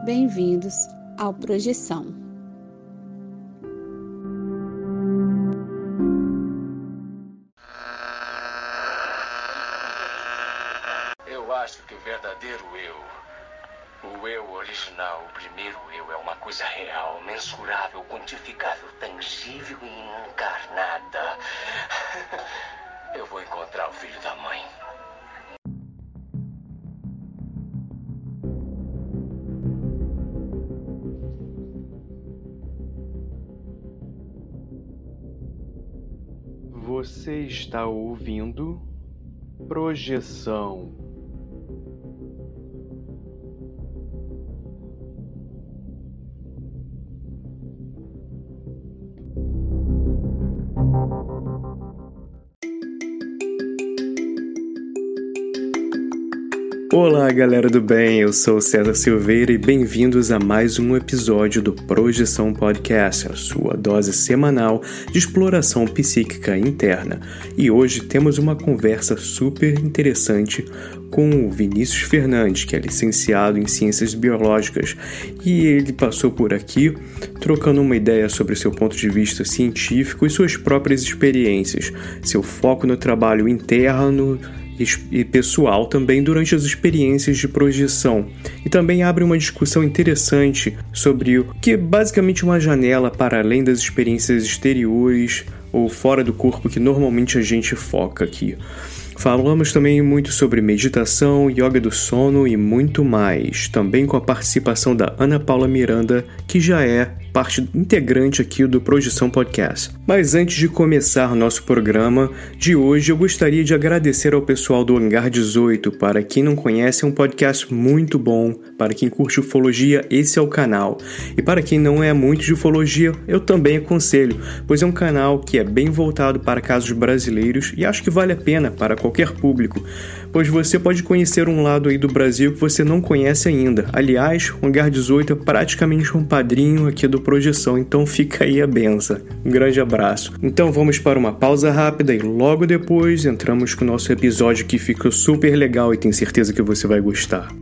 bem-vindos ao Projeção. Eu acho que o verdadeiro eu, o eu original, o primeiro eu, é uma coisa real, mensurável, quantificável, tangível e encarnada. Eu vou encontrar o filho da mãe. Você está ouvindo Projeção. Olá, galera do bem, eu sou o César Silveira e bem-vindos a mais um episódio do Projeção Podcast, a sua dose semanal de exploração psíquica interna. E hoje temos uma conversa super interessante com o Vinícius Fernandes, que é licenciado em Ciências Biológicas, e ele passou por aqui trocando uma ideia sobre seu ponto de vista científico e suas próprias experiências, seu foco no trabalho interno e pessoal também durante as experiências de projeção, e também abre uma discussão interessante sobre o que é basicamente uma janela para além das experiências exteriores ou fora do corpo que normalmente a gente foca aqui. Falamos também muito sobre meditação, yoga do sono e muito mais, também com a participação da Ana Paula Miranda, que já é parte integrante aqui do Projeção Podcast. Mas antes de começar nosso programa de hoje, eu gostaria de agradecer ao pessoal do Hangar 18. Para quem não conhece, é um podcast muito bom. Para quem curte ufologia, esse é o canal. E para quem não é muito de ufologia, eu também aconselho, pois é um canal que é bem voltado para casos brasileiros e acho que vale a pena para qualquer público, pois você pode conhecer um lado aí do Brasil que você não conhece ainda. Aliás, o Hangar 18 é praticamente um padrinho aqui do Projeção, então fica aí a benção. Um grande abraço. Então vamos para uma pausa rápida e logo depois entramos com o nosso episódio que ficou super legal e tenho certeza que você vai gostar.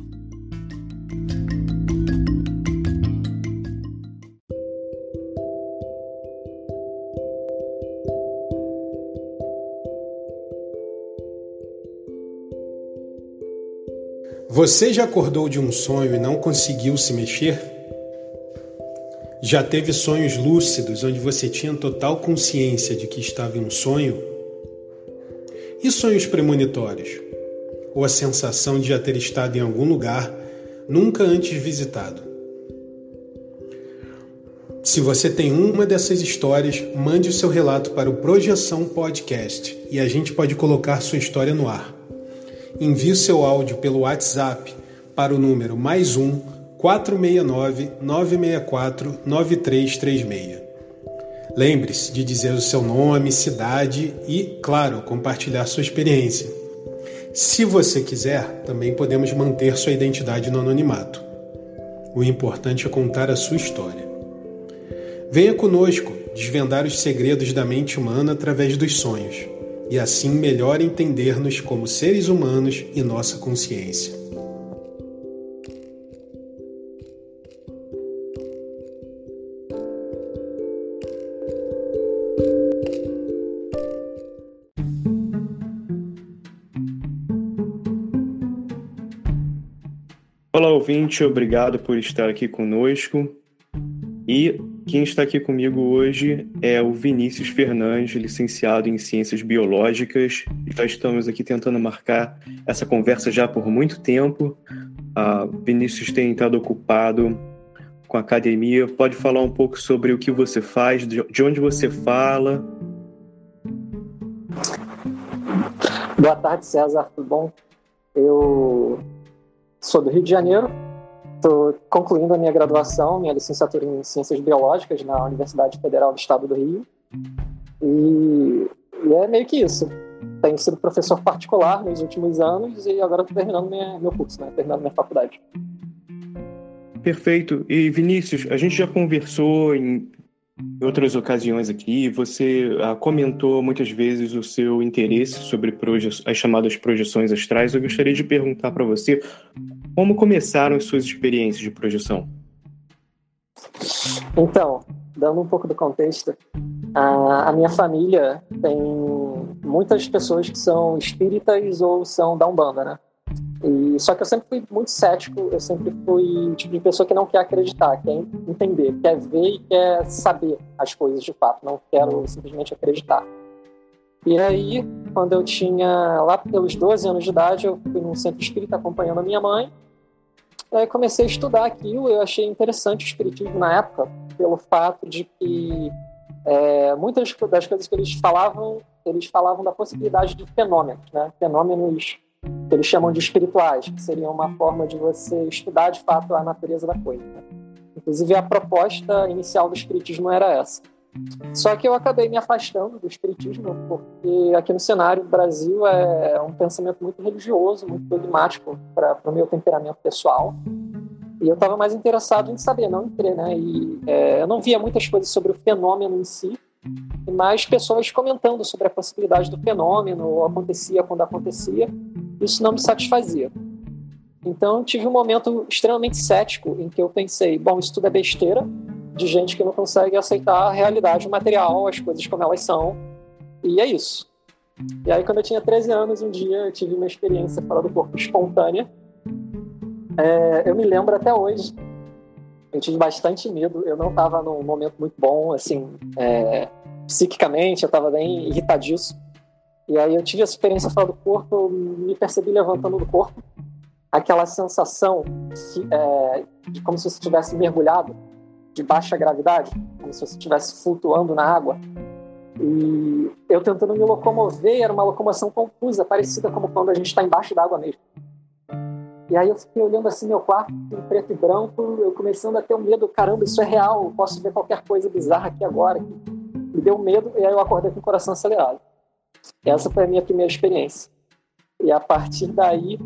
Você já acordou de um sonho e não conseguiu se mexer? Já teve sonhos lúcidos onde você tinha total consciência de que estava em um sonho? E sonhos premonitórios? Ou a sensação de já ter estado em algum lugar nunca antes visitado? Se você tem uma dessas histórias, mande o seu relato para o Projeção Podcast e a gente pode colocar sua história no ar. Envie o seu áudio pelo WhatsApp para o número +1 469 964 9336. Lembre-se de dizer o seu nome, cidade e, claro, compartilhar sua experiência. Se você quiser, também podemos manter sua identidade no anonimato. O importante é contar a sua história. Venha conosco desvendar os segredos da mente humana através dos sonhos e assim melhor entender-nos como seres humanos e nossa consciência. Olá, ouvinte, obrigado por estar aqui conosco. E quem está aqui comigo hoje é o Vinícius Fernandes, licenciado em Ciências Biológicas. Já estamos aqui tentando marcar essa conversa já por muito tempo. Vinícius tem estado ocupado com a academia. Pode falar um pouco sobre o que você faz, de onde você fala? Boa tarde, César, tudo bom? Eu sou do Rio de Janeiro. Estou concluindo a minha graduação, minha licenciatura em Ciências Biológicas na Universidade Federal do Estado do Rio. E é meio que isso. Tenho sido professor particular nos últimos anos e agora estou terminando meu curso, terminando minha faculdade. Perfeito. E Vinícius, a gente já conversou em outras ocasiões aqui, você comentou muitas vezes o seu interesse sobre as chamadas projeções astrais. Eu gostaria de perguntar para você Como começaram as suas experiências de projeção? Então, dando um pouco do contexto, a minha família tem muitas pessoas que são espíritas ou são da Umbanda, né? Só que eu sempre fui muito cético, eu sempre fui o tipo de pessoa que não quer acreditar, quer entender, quer ver e quer saber as coisas de fato, não quero simplesmente acreditar. E aí, quando eu tinha, lá pelos 12 anos de idade, eu fui num centro espírita acompanhando a minha mãe, e aí comecei a estudar aquilo. Eu achei interessante o espiritismo na época, pelo fato de que muitas das coisas que eles falavam da possibilidade de fenômenos, né? Fenômenos que eles chamam de espirituais, que seriam uma forma de você estudar de fato a natureza da coisa, né? Inclusive a proposta inicial do espiritismo era essa. Só que eu acabei me afastando do espiritismo porque aqui no cenário do Brasil é um pensamento muito religioso, muito dogmático para o meu temperamento pessoal. E eu estava mais interessado em saber, não em crer, né? Eu não via muitas coisas sobre o fenômeno em si, mas pessoas comentando sobre a possibilidade do fenômeno, ou acontecia quando acontecia. Isso não me satisfazia. Então tive um momento extremamente cético em que eu pensei, bom, isso tudo é besteira de gente que não consegue aceitar a realidade material, as coisas como elas são, e é isso. E aí, quando eu tinha 13 anos, um dia eu tive uma experiência fora do corpo espontânea. Eu me lembro até hoje, eu tive bastante medo, eu não estava num momento muito bom, assim, psiquicamente, eu estava bem irritadiço. E aí eu tive essa experiência fora do corpo, eu me percebi levantando do corpo, aquela sensação de como se você estivesse mergulhado, de baixa gravidade, como se você estivesse flutuando na água. E eu tentando me locomover, era uma locomoção confusa, parecida como quando a gente está embaixo d'água mesmo. E aí eu fiquei olhando assim meu quarto, em preto e branco, eu começando a ter um medo, caramba, isso é real, eu posso ver qualquer coisa bizarra aqui agora. Me deu medo, e aí eu acordei com o coração acelerado. Essa foi a minha primeira experiência. E a partir daí,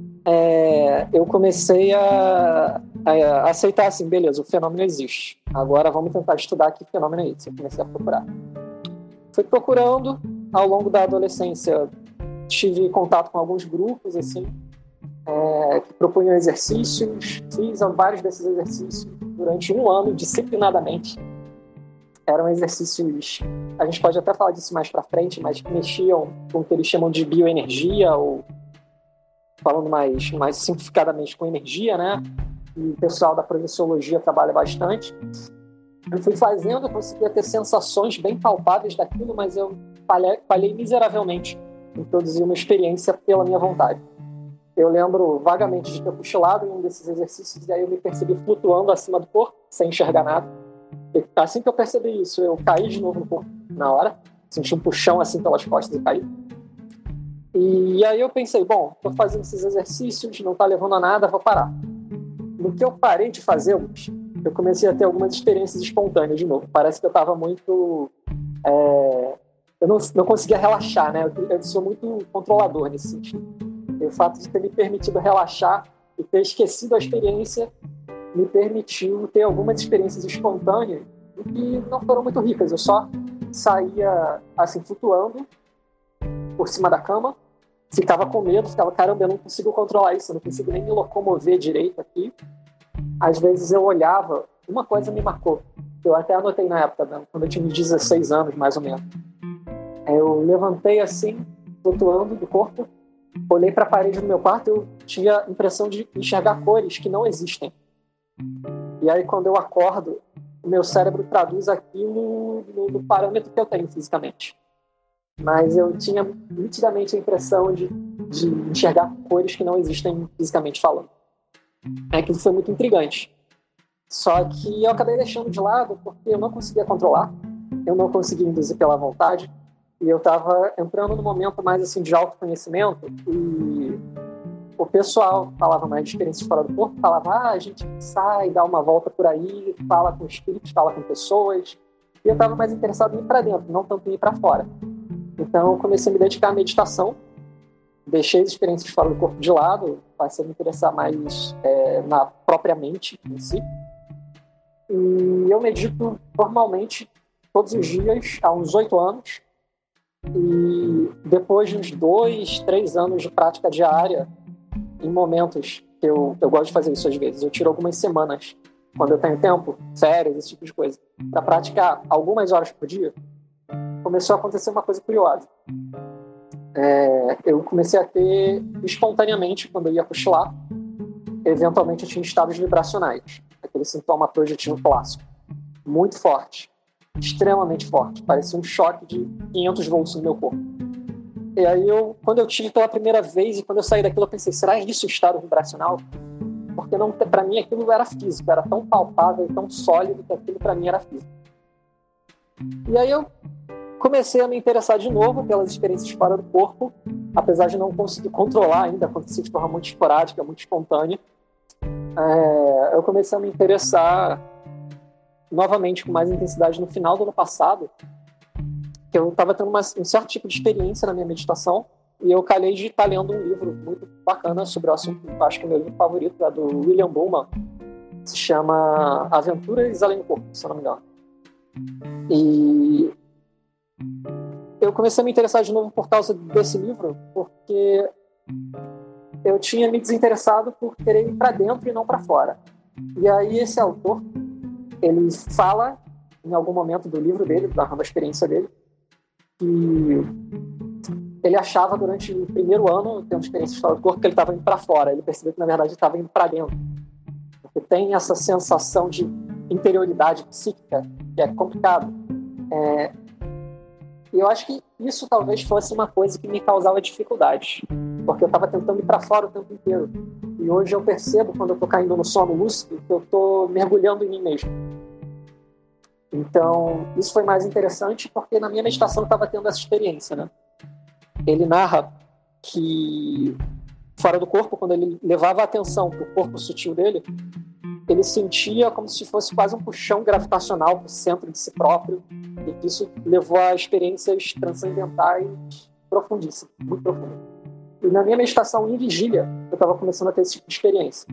eu comecei a aceitar assim, beleza, o fenômeno existe. Agora vamos tentar estudar que fenômeno é esse. Eu comecei a procurar. Fui procurando, ao longo da adolescência, tive contato com alguns grupos, assim, que propunham exercícios. Fiz vários desses exercícios durante um ano, disciplinadamente. Eram exercícios, a gente pode até falar disso mais para frente, mas que mexiam com o que eles chamam de bioenergia, ou falando mais simplificadamente com energia, né? E o pessoal da projeciologia trabalha bastante. Eu fui fazendo, eu conseguia ter sensações bem palpáveis daquilo, mas eu falhei miseravelmente em produzir uma experiência pela minha vontade. Eu lembro vagamente de ter cochilado em um desses exercícios, e aí eu me percebi flutuando acima do corpo, sem enxergar nada. E assim que eu percebi isso, eu caí de novo no corpo na hora, senti um puxão assim pelas costas e caí. E aí eu pensei, bom, estou fazendo esses exercícios, não está levando a nada, vou parar. No que eu parei de fazê-los, eu comecei a ter algumas experiências espontâneas de novo. Parece que eu estava muito... eu não conseguia relaxar, né? Eu sou muito controlador nesse sentido. E o fato de ter me permitido relaxar e ter esquecido a experiência me permitiu ter algumas experiências espontâneas que não foram muito ricas. Eu só saía assim, flutuando por cima da cama, ficava com medo, ficava, caramba, eu não consigo controlar isso, eu não consigo nem me locomover direito aqui. Às vezes eu olhava, uma coisa me marcou, eu até anotei na época, né, quando eu tinha uns 16 anos, mais ou menos. Eu levantei assim, flutuando do corpo, olhei para a parede do meu quarto, eu tinha a impressão de enxergar cores que não existem. E aí, quando eu acordo, o meu cérebro traduz aquilo no parâmetro que eu tenho fisicamente. Mas eu tinha nitidamente a impressão de enxergar cores que não existem fisicamente falando. Aquilo foi muito intrigante. Só que eu acabei deixando de lado porque eu não conseguia controlar, eu não conseguia induzir pela vontade, e eu estava entrando num momento mais assim, de autoconhecimento, e o pessoal falava mais de experiências fora do corpo, falava, a gente sai, dá uma volta por aí, fala com espíritos, fala com pessoas, e eu estava mais interessado em ir para dentro, não tanto em ir para fora. Então eu comecei a me dedicar à meditação, deixei as experiências fora do corpo de lado, passei a me interessar mais na própria mente em si, e eu medito normalmente todos os dias há uns 8 anos, e depois de uns 2, 3 anos de prática diária, em momentos eu gosto de fazer isso às vezes. Eu tiro algumas semanas, quando eu tenho tempo, férias, esse tipo de coisa, para praticar algumas horas por dia. Começou a acontecer uma coisa curiosa. Eu comecei a ter, espontaneamente, quando eu ia cochilar, eventualmente eu tinha estados vibracionais, aquele sintoma projetivo clássico, muito forte, extremamente forte, parecia um choque de 500 volts no meu corpo. E aí, quando eu tive pela primeira vez, e quando eu saí daquilo, eu pensei, será isso o estado vibracional? Porque para mim aquilo era físico, era tão palpável, tão sólido, que aquilo para mim era físico. E aí eu comecei a me interessar de novo pelas experiências fora do corpo, apesar de não conseguir controlar ainda, acontecia de forma muito esporádica, muito espontânea. Eu comecei a me interessar novamente com mais intensidade no final do ano passado, que eu estava tendo um certo tipo de experiência na minha meditação, e eu calhei de estar lendo um livro muito bacana sobre o assunto, acho que é o meu livro favorito, é do William Buhlman, se chama Aventuras Além do Corpo, se eu não me engano. E eu comecei a me interessar de novo por causa desse livro, porque eu tinha me desinteressado por querer ir para dentro e não para fora. E aí esse autor, ele fala, em algum momento do livro dele, da experiência dele, que ele achava durante o primeiro ano, tendo experiência fora do corpo, que ele estava indo para fora. Ele percebeu que, na verdade, ele estava indo para dentro. Porque tem essa sensação de interioridade psíquica que é complicado. E eu acho que isso talvez fosse uma coisa que me causava dificuldade, porque eu estava tentando ir para fora o tempo inteiro. E hoje eu percebo, quando eu estou caindo no sono lúcido, que eu estou mergulhando em mim mesmo. Então, isso foi mais interessante, porque na minha meditação eu estava tendo essa experiência, né? Ele narra que, fora do corpo, quando ele levava a atenção para o corpo sutil dele, ele sentia como se fosse quase um puxão gravitacional para o centro de si próprio, e que isso levou a experiências transcendentais profundíssimas, muito profundas. E na minha meditação em vigília, eu estava começando a ter esse tipo de experiência.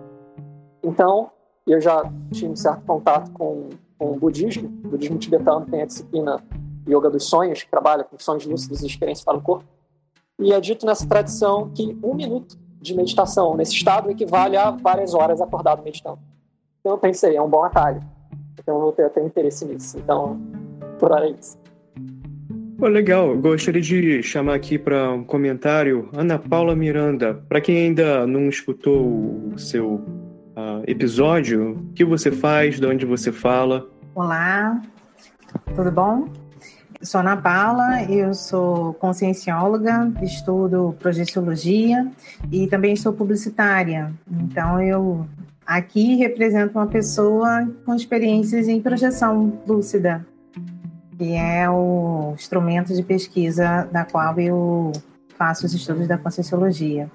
Então, eu já tinha um certo contato com o budismo. O budismo tibetano tem a disciplina Yoga dos Sonhos, que trabalha com sonhos lúcidos e experiências para o corpo. E é dito nessa tradição que 1 minuto de meditação nesse estado equivale a várias horas acordado meditando. Então eu pensei, é um bom atalho. Então eu vou ter até interesse nisso. Então, por hora é isso. Pô, legal. Gostaria de chamar aqui para um comentário Ana Paula Miranda. Para quem ainda não escutou o seu episódio, o que você faz, de onde você fala? Olá, tudo bom? Eu sou Ana Paula, eu sou consciencióloga, estudo projeciologia e também sou publicitária. Então, eu aqui represento uma pessoa com experiências em projeção lúcida, que é o instrumento de pesquisa da qual eu faço os estudos da conscienciologia.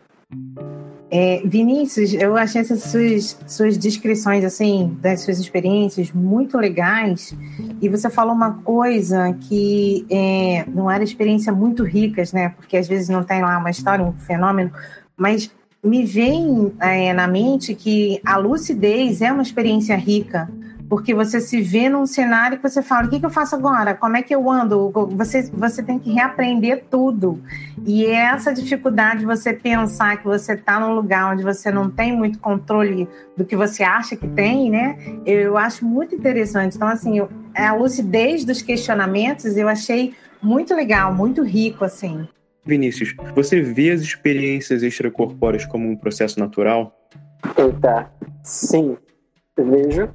Vinícius, eu achei essas suas descrições assim, das suas experiências muito legais, e você falou uma coisa que não era experiência muito ricas, né? Porque às vezes não tem lá uma história, um fenômeno, mas me vem na mente que a lucidez é uma experiência rica, porque você se vê num cenário que você fala, o que eu faço agora? Como é que eu ando? Você tem que reaprender tudo. E essa dificuldade de você pensar que você está num lugar onde você não tem muito controle do que você acha que tem, né? Eu acho muito interessante. Então, assim, a lucidez dos questionamentos eu achei muito legal, muito rico, assim. Vinícius, você vê as experiências extracorpóreas como um processo natural? Eita, sim, vejo.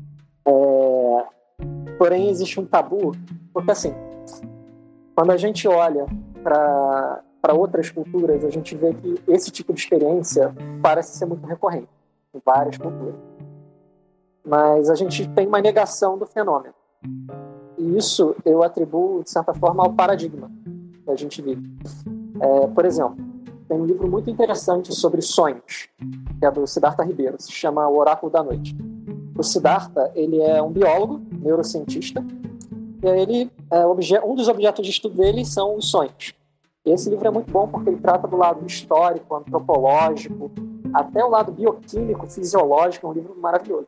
Porém, existe um tabu, porque assim, quando a gente olha para outras culturas, a gente vê que esse tipo de experiência parece ser muito recorrente em várias culturas. Mas a gente tem uma negação do fenômeno. E isso eu atribuo, de certa forma, ao paradigma que a gente vive. Por exemplo, tem um livro muito interessante sobre sonhos, que é do Siddhartha Ribeiro, se chama O Oráculo da Noite. O Siddhartha, ele é um biólogo, neurocientista, e um dos objetos de estudo dele são os sonhos. E esse livro é muito bom porque ele trata do lado histórico, antropológico, até o lado bioquímico, fisiológico, é um livro maravilhoso.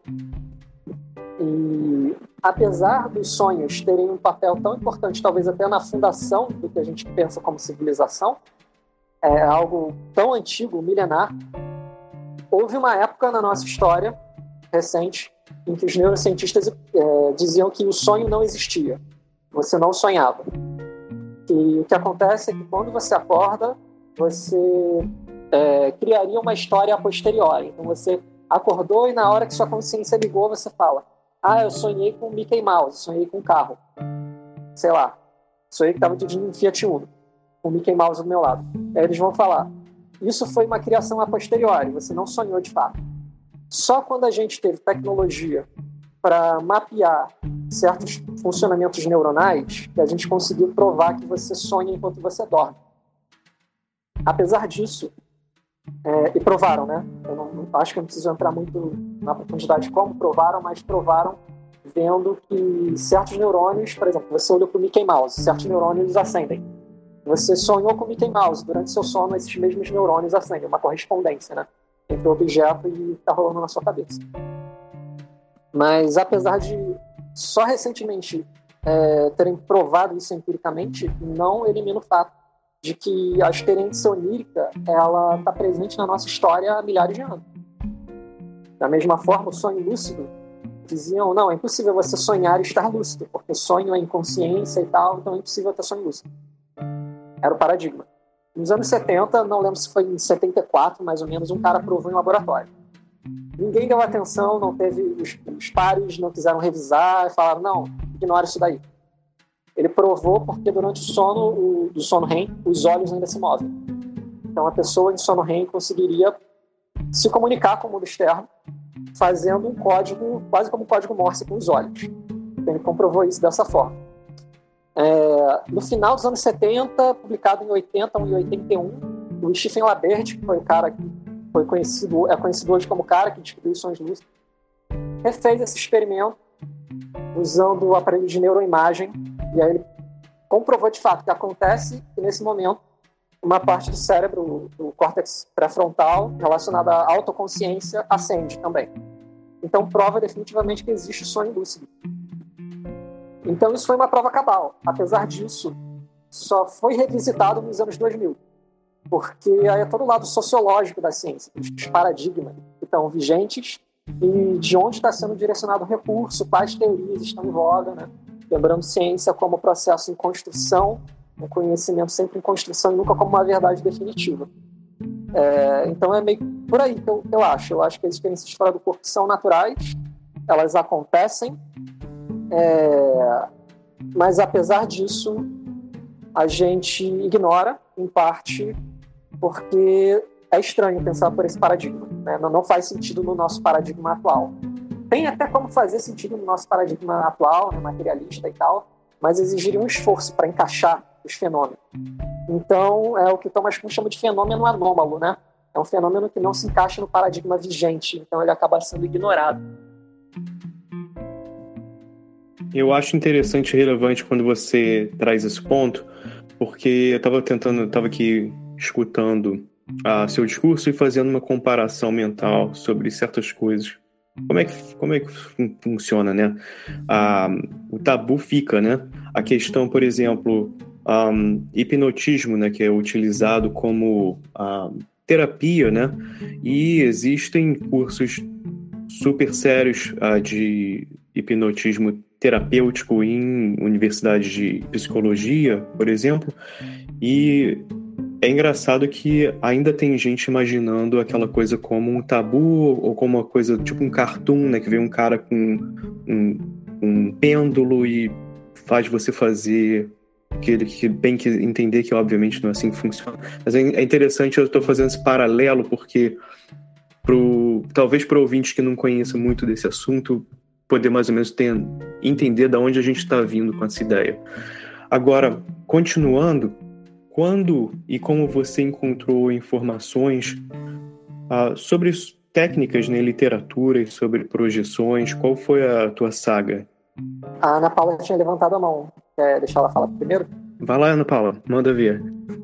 E apesar dos sonhos terem um papel tão importante, talvez até na fundação do que a gente pensa como civilização, é algo tão antigo, milenar, houve uma época na nossa história recente em que os neurocientistas diziam que o sonho não existia, você não sonhava. E o que acontece é que quando você acorda, você criaria uma história a posteriori. Então você acordou e na hora que sua consciência ligou, você fala: eu sonhei com o Mickey Mouse, sonhei com um carro. Sei lá, sonhei que estava dirigindo um Fiat Uno, com o Mickey Mouse do meu lado. Aí eles vão falar: isso foi uma criação a posteriori, você não sonhou de fato. Só quando a gente teve tecnologia para mapear certos funcionamentos neuronais que a gente conseguiu provar que você sonha enquanto você dorme. Apesar disso, e provaram, né? Eu não acho que eu não preciso entrar muito na profundidade de como provaram, mas provaram vendo que certos neurônios, por exemplo, você olhou para o Mickey Mouse, certos neurônios acendem. Você sonhou com o Mickey Mouse, durante seu sono esses mesmos neurônios acendem, uma correspondência, né? Entre o objeto e o que está rolando na sua cabeça. Mas apesar de só recentemente terem provado isso empiricamente, não elimina o fato de que a experiência onírica ela está presente na nossa história há milhares de anos. Da mesma forma, o sonho lúcido, diziam, não, é impossível você sonhar e estar lúcido, porque sonho é inconsciência e tal, então é impossível ter sonho lúcido. Era o paradigma. Nos anos 70, não lembro se foi em 74, mais ou menos, um cara provou em laboratório. Ninguém deu atenção, não teve, os pares não quiseram revisar, e falaram, não, ignora isso daí. Ele provou porque durante o sono, do sono REM, os olhos ainda se movem. Então a pessoa em sono REM conseguiria se comunicar com o mundo externo, fazendo um código, quase como um código Morse com os olhos. Então, ele comprovou isso dessa forma. No final dos anos 70, publicado em 80 e 81, o Stephen LaBerge, que foi o cara que é conhecido hoje como o cara que descobriu os sonhos lúcidos, refez esse experimento usando o aparelho de neuroimagem, e aí ele comprovou de fato que acontece que nesse momento uma parte do cérebro, do córtex pré-frontal, relacionada à autoconsciência, acende também. Então prova definitivamente que existe o sonho lúcido. Então isso foi uma prova cabal. Apesar disso, só foi revisitado nos anos 2000, porque aí é todo o lado sociológico da ciência, os paradigmas que estão vigentes e de onde está sendo direcionado o recurso, quais teorias estão em voga, né? Lembrando ciência como processo em construção, um conhecimento sempre em construção e nunca como uma verdade definitiva. Então é meio por aí que eu acho. Eu acho que as experiências fora do corpo são naturais, elas acontecem, mas apesar disso a gente ignora, em parte, porque é estranho pensar por esse paradigma, né? Não faz sentido no nosso paradigma atual. Tem até como fazer sentido no nosso paradigma atual, né, materialista e tal, mas exigiria um esforço para encaixar os fenômenos. Então, é o que o Thomas Kuhn chama de fenômeno anômalo, né? É um fenômeno que não se encaixa no paradigma vigente, então ele acaba sendo ignorado. Eu acho interessante e relevante quando você traz esse ponto, porque eu estava aqui escutando seu discurso e fazendo uma comparação mental sobre certas coisas. Como é que funciona, né? O tabu fica, né? A questão, por exemplo, hipnotismo, né, que é utilizado como terapia, né? E existem cursos super sérios de hipnotismo terapêutico em universidades de psicologia, por exemplo, e é engraçado que ainda tem gente imaginando aquela coisa como um tabu ou como uma coisa tipo um cartoon, né? Que vem um cara com um pêndulo e faz você fazer que bem que entender que obviamente não é assim que funciona. Mas é interessante, eu estou fazendo esse paralelo porque talvez para ouvintes que não conheçam muito desse assunto poder mais ou menos entender de onde a gente está vindo com essa ideia. Agora, continuando, quando e como você encontrou informações sobre técnicas na literatura e sobre projeções? Qual foi a tua saga? A Ana Paula tinha levantado a mão. Quer deixar ela falar primeiro? Vai lá, Ana Paula, manda ver.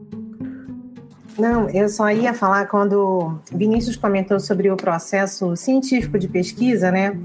Não, eu só ia falar quando Vinícius comentou sobre o processo científico de pesquisa, né?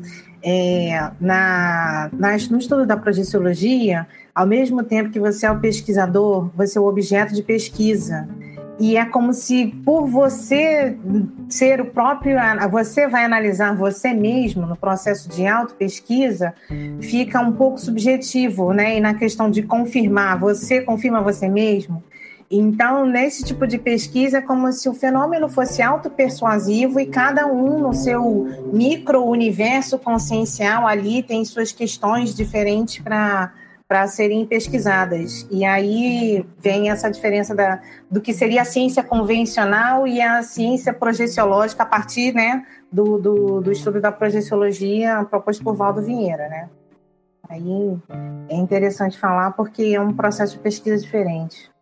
No estudo da projeciologia, ao mesmo tempo que você é o pesquisador, você é o objeto de pesquisa. E é como se, por você ser o próprio, você vai analisar você mesmo no processo de autopesquisa, fica um pouco subjetivo, né? E na questão de confirmar, você confirma você mesmo. Então, nesse tipo de pesquisa, é como se o fenômeno fosse autopersuasivo e cada um no seu micro-universo consciencial ali tem suas questões diferentes para serem pesquisadas. E aí vem essa diferença do que seria a ciência convencional e a ciência projeciológica a partir, né, do estudo da projeciologia proposto por Valdo Vieira, né? Aí é interessante falar porque é um processo de pesquisa diferente.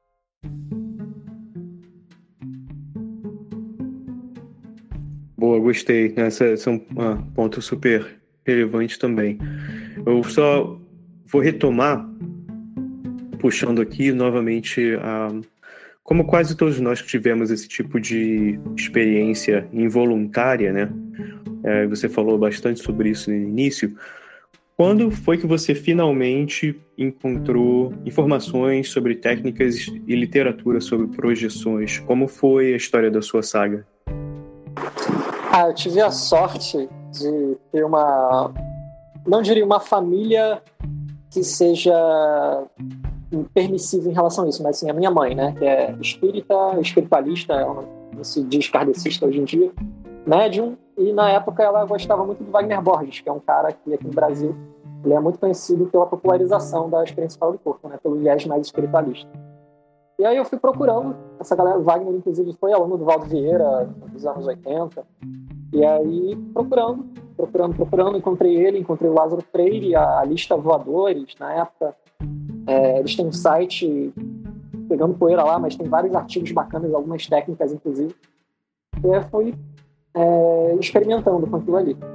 Boa, gostei. Esse é um ponto super relevante também. Eu só vou retomar, puxando aqui novamente, como quase todos nós que tivemos esse tipo de experiência involuntária, né? Você falou bastante sobre isso no início. Quando foi que você finalmente encontrou informações sobre técnicas e literatura sobre projeções? Como foi a história da sua saga? Eu tive a sorte de ter não diria uma família que seja permissiva em relação a isso, mas sim a minha mãe, né, que é espiritualista, ela se diz kardecista hoje em dia, médium, e na época ela gostava muito do Wagner Borges, que é um cara que aqui no Brasil ele é muito conhecido pela popularização da experiência fora do corpo, né, pelo viés mais espiritualista. E aí eu fui procurando essa galera. Wagner, inclusive, foi aluno do Valdo Vieira dos anos 80. E aí, procurando, encontrei ele, encontrei o Lázaro Freire, a Lista Voadores, na época. Eles têm um site pegando poeira lá, mas tem vários artigos bacanas, algumas técnicas, inclusive. E aí fui experimentando com aquilo ali.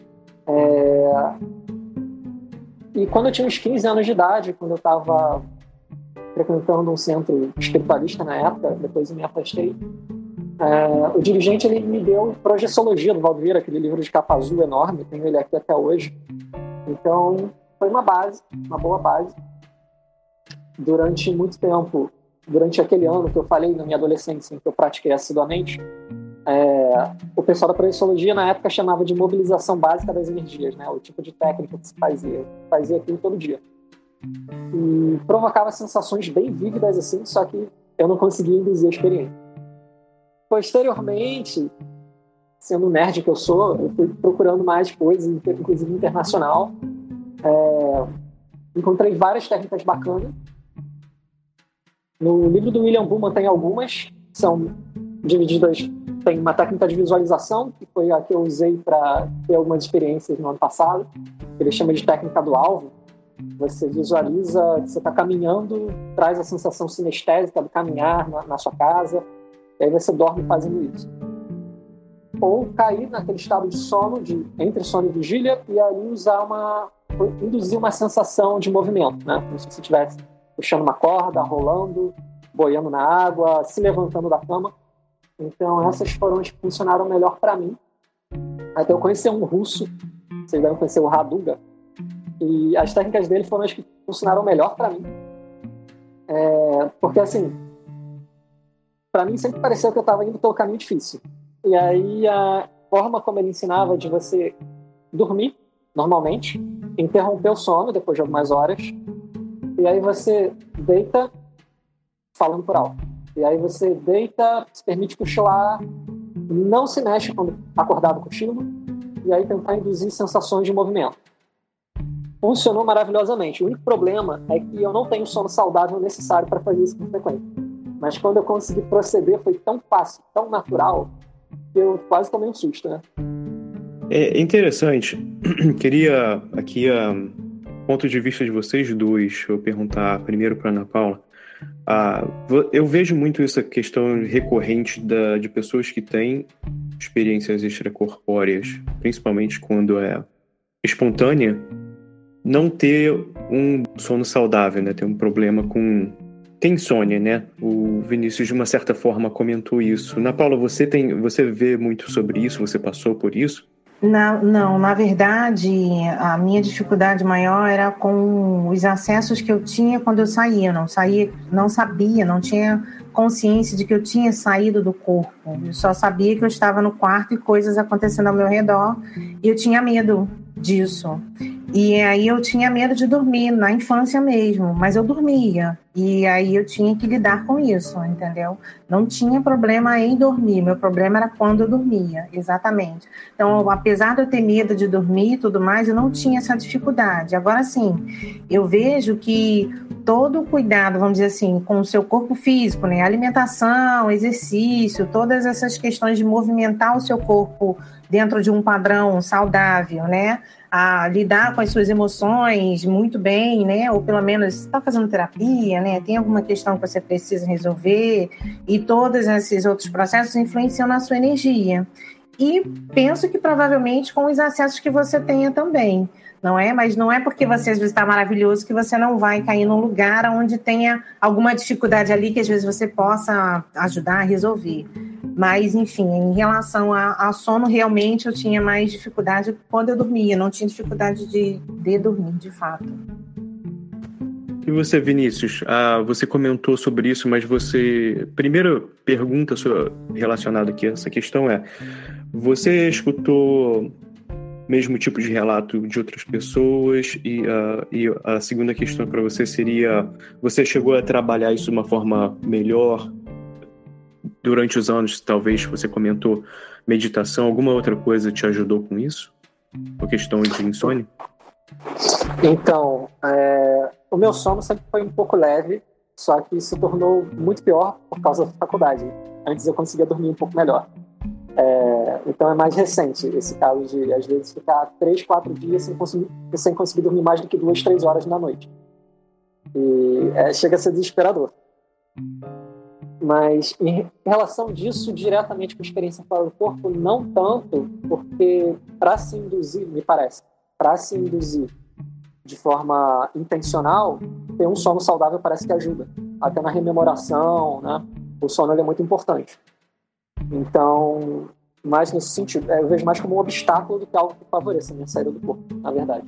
E quando eu tinha uns 15 anos de idade, quando eu estava frequentando um centro espiritualista na época, depois eu me afastei, o dirigente ele me deu Projeciologia do Valdo Vieira, aquele livro de capa azul enorme, tenho ele aqui até hoje. Então foi uma boa base. Durante muito tempo, durante aquele ano que eu falei na minha adolescência, em que eu pratiquei assiduamente, o pessoal da Projeciologia na época chamava de mobilização básica das energias, né? O tipo de técnica que se fazia aquilo todo dia. E provocava sensações bem vívidas assim, só que eu não conseguia induzir a experiência. Posteriormente, sendo o nerd que eu sou, eu fui procurando mais coisas, inclusive internacional. Encontrei várias técnicas bacanas. No livro do William Buhlmann tem algumas, são divididas. Tem uma técnica de visualização, que foi a que eu usei para ter algumas experiências no ano passado. Ele chama de técnica do alvo. Você visualiza, você está caminhando, traz a sensação sinestésica do caminhar na sua casa, e aí você dorme fazendo isso. Ou cair naquele estado de sono, entre sono e vigília, e aí induzir uma sensação de movimento, né? Como se você estivesse puxando uma corda, rolando, boiando na água, se levantando da cama. Então essas foram as que funcionaram melhor para mim. Até eu conheci um russo, vocês devem conhecer o Raduga, e as técnicas dele foram as que funcionaram melhor para mim. Porque, assim, para mim sempre pareceu que eu estava indo pelo caminho difícil. E aí a forma como ele ensinava de você dormir, normalmente, interromper o sono depois de algumas horas, e aí você deita falando por alto. E aí você deita, se permite cochilar, não se mexe quando acordado cochilo, e aí tentar induzir sensações de movimento. Funcionou maravilhosamente. O único problema é que eu não tenho o sono saudável necessário para fazer isso com frequência. Mas quando eu consegui proceder, foi tão fácil, tão natural, que eu quase tomei um susto, né? É interessante. Queria aqui ponto de vista de vocês dois, eu perguntar primeiro para Ana Paula. Eu vejo muito essa questão recorrente de pessoas que têm experiências extracorpóreas, principalmente quando é espontânea, não ter um sono saudável, né? Ter um problema tem insônia, né? O Vinícius, de uma certa forma, comentou isso. Ana Paula, você vê muito sobre isso? Você passou por isso? Não, na verdade, a minha dificuldade maior era com os acessos que eu tinha quando eu saía. Não sabia, não tinha consciência de que eu tinha saído do corpo. Eu só sabia que eu estava no quarto e coisas acontecendo ao meu redor, e eu tinha medo disso. E aí eu tinha medo de dormir, na infância mesmo, mas eu dormia. E aí eu tinha que lidar com isso, entendeu? Não tinha problema em dormir, meu problema era quando eu dormia, exatamente. Então, apesar de eu ter medo de dormir e tudo mais, eu não tinha essa dificuldade. Agora sim, eu vejo que todo o cuidado, vamos dizer assim, com o seu corpo físico, né? Alimentação, exercício, todas essas questões de movimentar o seu corpo dentro de um padrão saudável, né? A lidar com as suas emoções muito bem, né? Ou pelo menos está fazendo terapia, né? Tem alguma questão que você precisa resolver, e todos esses outros processos influenciam na sua energia. E penso que provavelmente com os acessos que você tenha também, não é? Mas não é porque você às vezes está maravilhoso que você não vai cair num lugar onde tenha alguma dificuldade ali que às vezes você possa ajudar a resolver. Mas, enfim, em relação a sono, realmente eu tinha mais dificuldade quando eu dormia, não tinha dificuldade de dormir, de fato. E você, Vinícius, você comentou sobre isso, mas primeira pergunta relacionada aqui a essa questão é: você escutou o mesmo tipo de relato de outras pessoas? E a segunda questão para você seria: você chegou a trabalhar isso de uma forma melhor durante os anos? Talvez você comentou meditação, alguma outra coisa te ajudou com isso? A questão de insônia? Então, o meu sono sempre foi um pouco leve, só que se tornou muito pior por causa da faculdade. Antes eu conseguia dormir um pouco melhor. Então é mais recente esse caso de, às vezes, ficar 3, 4 dias sem conseguir dormir mais do que 2, 3 horas na noite. E chega a ser desesperador. Mas em relação disso, diretamente com a experiência fora do corpo, não tanto, porque para se induzir, me parece, para se induzir de forma intencional, ter um sono saudável parece que ajuda. Até na rememoração, né? O sono é muito importante. Então, mais nesse sentido, eu vejo mais como um obstáculo do que algo que favoreça a minha saída do corpo, na verdade.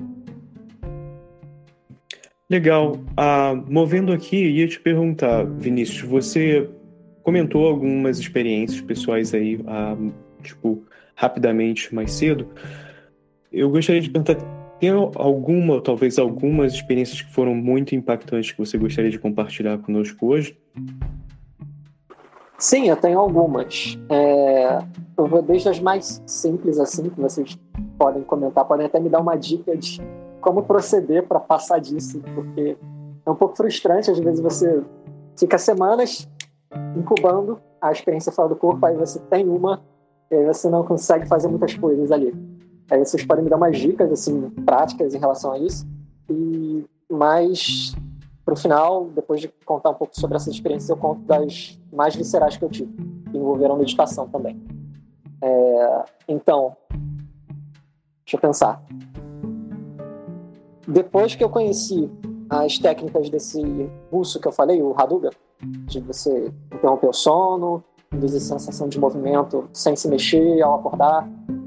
Legal. Movendo aqui, ia te perguntar, Vinícius, você comentou algumas experiências pessoais aí, rapidamente, mais cedo. Eu gostaria de perguntar, tem talvez algumas experiências que foram muito impactantes que você gostaria de compartilhar conosco hoje? Sim, eu tenho algumas. Eu vou desde as mais simples, assim, que vocês podem comentar, podem até me dar uma dica de como proceder para passar disso, porque é um pouco frustrante, às vezes você fica semanas incubando a experiência fora do corpo, aí você tem uma, e aí você não consegue fazer muitas coisas ali. Aí vocês podem me dar umas dicas, assim, práticas em relação a isso, e mais pro final, depois de contar um pouco sobre essas experiências, eu conto das mais viscerais que eu tive, que envolveram meditação também. Então, deixa eu pensar. Depois que eu conheci as técnicas desse russo que eu falei, o Raduga, de você interromper o sono, induzir sensação de movimento sem se mexer ao acordar,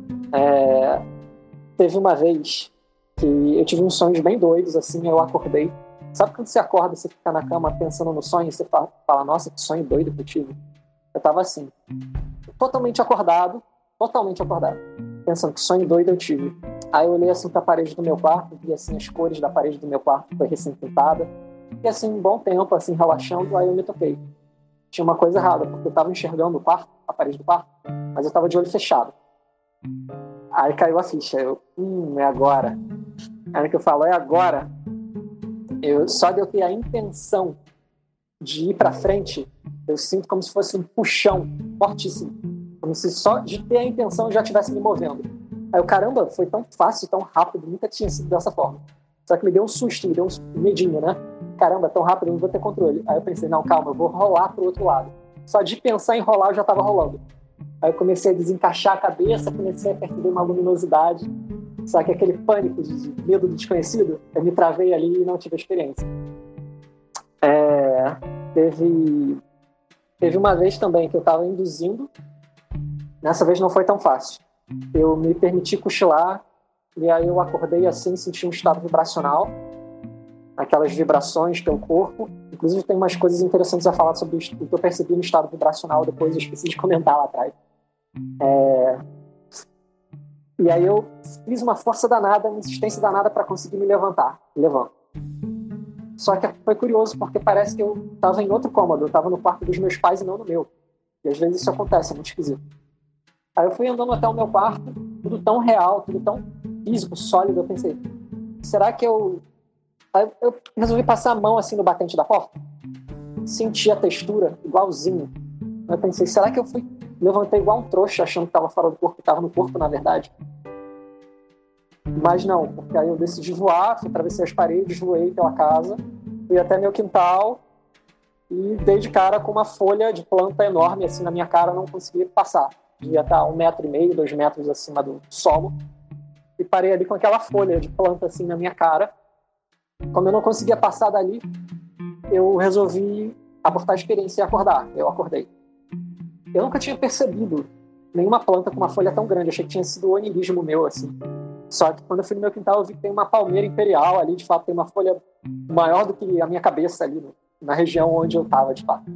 teve uma vez que eu tive uns sonhos bem doidos, assim, eu acordei. Sabe quando você acorda, você fica na cama pensando no sonho e você fala, nossa, que sonho doido que eu tive? Eu tava assim, totalmente acordado, pensando que sonho doido eu tive. Aí eu olhei assim pra parede do meu quarto, vi assim as cores da parede do meu quarto, foi recém-pintada, e assim, um bom tempo, assim, relaxando, aí eu me toquei. Tinha uma coisa errada, porque eu tava enxergando o quarto, a parede do quarto, mas eu tava de olho fechado. Aí caiu a ficha, é agora. Aí que eu falo, é agora. Só de eu ter a intenção de ir pra frente, eu sinto como se fosse um puxão fortíssimo. Como se só de ter a intenção eu já estivesse me movendo. Aí eu, caramba, foi tão fácil, tão rápido, nunca tinha sido dessa forma. Só que me deu um susto, me deu um medinho, né? Caramba, tão rápido, eu não vou ter controle. Aí eu pensei, não, calma, eu vou rolar pro outro lado. Só de pensar em rolar, eu já tava rolando. Aí eu comecei a desencaixar a cabeça, comecei a perceber uma luminosidade. Só que aquele pânico de medo do desconhecido, eu me travei ali e não tive experiência. Teve uma vez também que eu tava induzindo. Nessa vez não foi tão fácil. eu me permiti cochilar, e aí eu acordei assim, senti um estado vibracional, aquelas vibrações pelo corpo. Inclusive tem umas coisas interessantes a falar sobre o que eu percebi no estado vibracional, depois eu esqueci de comentar lá atrás. E aí eu fiz uma força danada, uma insistência danada para conseguir me levantar. Levanto. Só que foi curioso, porque parece que eu estava em outro cômodo, eu estava no quarto dos meus pais e não no meu. E às vezes isso acontece, é muito esquisito. Aí eu fui andando até o meu quarto, tudo tão real, tudo tão físico, sólido, eu pensei, será que eu... Aí eu resolvi passar a mão assim no batente da porta, senti a textura igualzinho. Eu pensei, será que eu levantei igual um trouxa, achando que estava fora do corpo, e estava no corpo, na verdade? Mas não, porque aí eu decidi voar, atravessei as paredes, voei pela casa, fui até meu quintal e dei de cara com uma folha de planta enorme assim na minha cara, não consegui passar. Devia estar 1,5 metro, 2 metros acima do solo. E parei ali com aquela folha de planta assim na minha cara. Como eu não conseguia passar dali, eu resolvi abortar a experiência e acordar. Eu acordei. Eu nunca tinha percebido nenhuma planta com uma folha tão grande. Achei que tinha sido um onirismo meu, assim. Só que quando eu fui no meu quintal, eu vi que tem uma palmeira imperial ali. De fato, tem uma folha maior do que a minha cabeça ali, na região onde eu estava, de fato.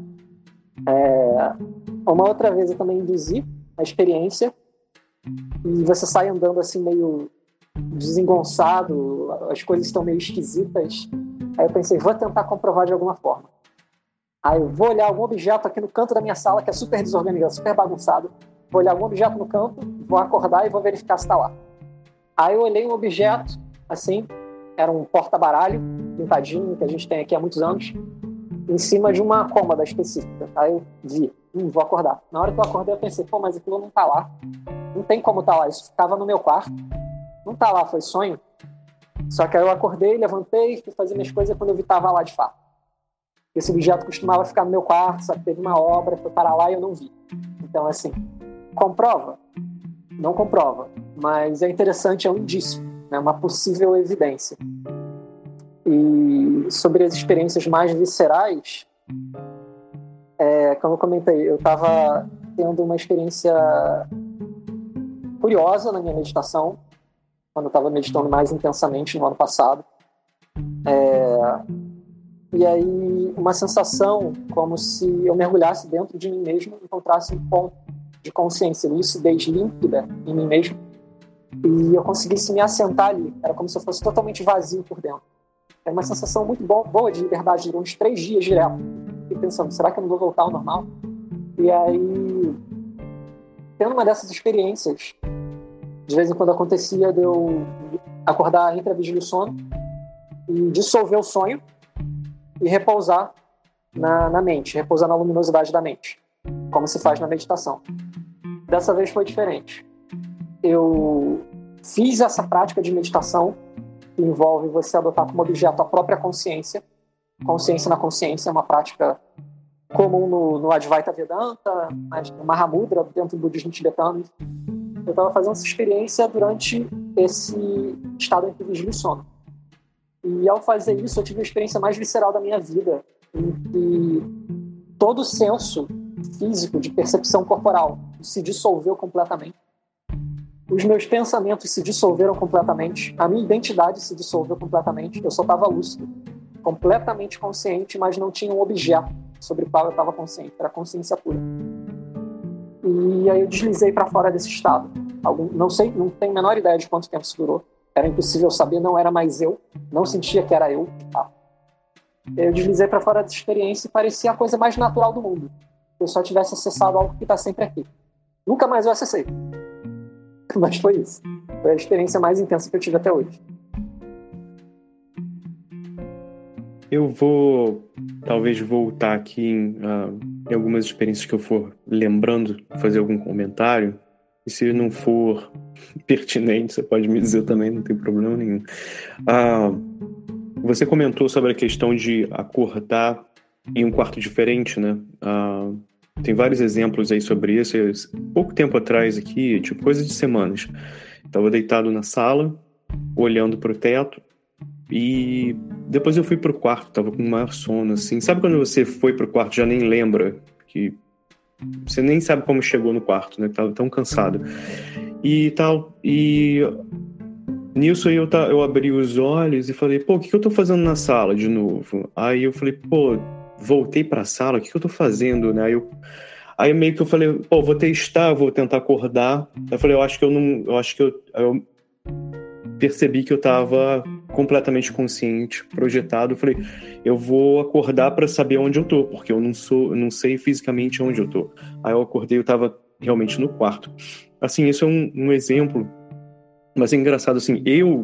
Uma outra vez eu também induzi a experiência. E você sai andando assim meio desengonçado, as coisas estão meio esquisitas. Aí eu pensei, vou tentar comprovar de alguma forma. Aí eu vou olhar algum objeto aqui no canto da minha sala, que é super desorganizado, super bagunçado. Vou olhar algum objeto no canto, vou acordar e vou verificar se está lá. Aí eu olhei um objeto, assim, era um porta-baralho, pintadinho, que a gente tem aqui há muitos anos, em cima de uma cômoda específica. Aí eu vi, vou acordar. Na hora que eu acordei, eu pensei, mas aquilo não está lá. Não tem como estar lá, isso ficava no meu quarto. Não está lá, foi sonho. Só que aí eu acordei, levantei, fui fazer minhas coisas, e quando eu vi, estava lá de fato. Esse objeto costumava ficar no meu quarto, só que teve uma obra, foi parar lá e eu não vi. Então, assim, comprova? Não comprova. Mas é interessante, é um indício, né? Uma possível evidência. E sobre as experiências mais viscerais, como eu comentei, eu estava tendo uma experiência curiosa na minha meditação, quando eu estava meditando mais intensamente no ano passado. E aí uma sensação como se eu mergulhasse dentro de mim mesmo e encontrasse um ponto de consciência, lucidez límpida em mim mesmo, e eu conseguisse me assentar ali. Era como se eu fosse totalmente vazio por dentro. Era uma sensação muito boa de liberdade, durante uns 3 dias direto. Fiquei pensando, será que eu não vou voltar ao normal? E aí, tendo uma dessas experiências, de vez em quando acontecia de eu acordar entre a vigília e o sono e dissolver o sonho e repousar na mente, repousar na luminosidade da mente, como se faz na meditação. Dessa vez foi diferente. Eu fiz essa prática de meditação que envolve você adotar como objeto a própria consciência. Consciência na consciência é uma prática comum no Advaita Vedanta, no Mahamudra, dentro do budismo tibetano. Eu estava fazendo essa experiência durante esse estado entre vigília e sono. E ao fazer isso, eu tive a experiência mais visceral da minha vida, em que todo o senso físico de percepção corporal se dissolveu completamente. Os meus pensamentos se dissolveram completamente. A minha identidade se dissolveu completamente. Eu só estava lúcido, completamente consciente, mas não tinha um objeto sobre o qual eu estava consciente. Era consciência pura. E aí eu deslizei para fora desse estado. Não sei, não tenho a menor ideia de quanto tempo isso durou. Era impossível saber, não era mais eu. Não sentia que era eu. Tá? Eu deslizei para fora dessa experiência e parecia a coisa mais natural do mundo. Se eu só tivesse acessado algo que está sempre aqui. Nunca mais eu acessei. Mas foi isso. Foi a experiência mais intensa que eu tive até hoje. Eu vou, talvez, voltar aqui em algumas experiências que eu for lembrando, fazer algum comentário. E se não for pertinente, você pode me dizer também, não tem problema nenhum. Você comentou sobre a questão de acordar em um quarto diferente, né? Tem vários exemplos aí sobre isso. Pouco tempo atrás aqui, tipo coisa de semanas, estava deitado na sala, olhando para o teto, e depois eu fui pro quarto, tava com um maior sono, assim. Sabe quando você foi pro quarto, já nem lembra, que você nem sabe como chegou no quarto, né? Tava tão cansado. e tal. E nisso aí eu abri os olhos e falei, pô, o que eu tô fazendo na sala de novo? Aí eu falei, pô, voltei pra sala, o que eu tô fazendo, né? Aí meio que eu falei, pô, vou testar, vou tentar acordar. Eu falei, eu percebi que eu tava completamente consciente, projetado. Eu falei, eu vou acordar pra saber onde eu tô, porque eu não sei fisicamente onde eu tô. Aí eu acordei, eu tava realmente no quarto. Assim, isso é um exemplo, mas é engraçado, assim,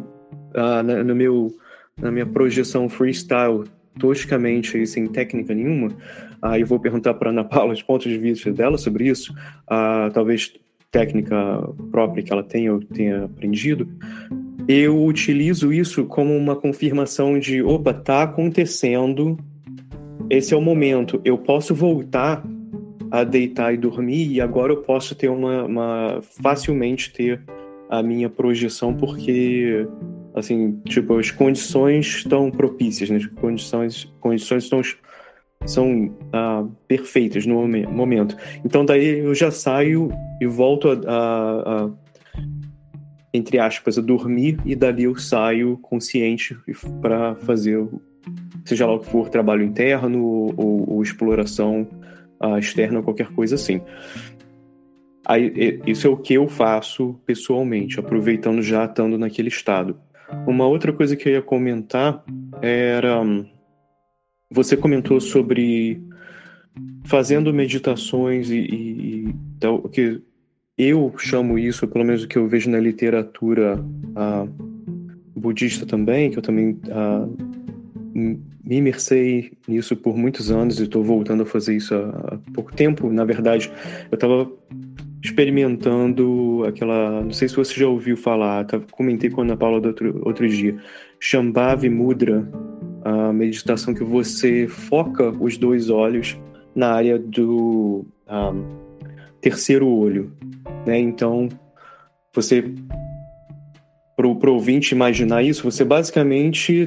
na minha projeção freestyle, toscamente e sem técnica nenhuma, aí eu vou perguntar para Ana Paula os pontos de vista dela sobre isso, talvez técnica própria que ela tenha, eu tenha aprendido. Eu utilizo isso como uma confirmação de, opa, tá acontecendo, esse é o momento, eu posso voltar a deitar e dormir, e agora eu posso ter facilmente ter a minha projeção, porque, assim, tipo, as condições estão propícias, né? As condições são perfeitas no momento. Então, daí eu já saio e volto entre aspas, a dormir, e dali eu saio consciente para fazer, seja lá o que for, trabalho interno ou exploração externa, qualquer coisa assim. Aí, isso é o que eu faço pessoalmente, aproveitando já estando naquele estado. Uma outra coisa que eu ia comentar era... Você comentou sobre fazendo meditações e tal, que eu chamo isso, pelo menos o que eu vejo na literatura budista também, que eu também me imersei nisso por muitos anos e estou voltando a fazer isso há pouco tempo. Na verdade, eu estava experimentando não sei se você já ouviu falar, comentei com a Ana Paula outro dia, Shambhavi Mudra, a meditação que você foca os dois olhos na área do terceiro olho, né? Então, pro ouvinte imaginar isso, você basicamente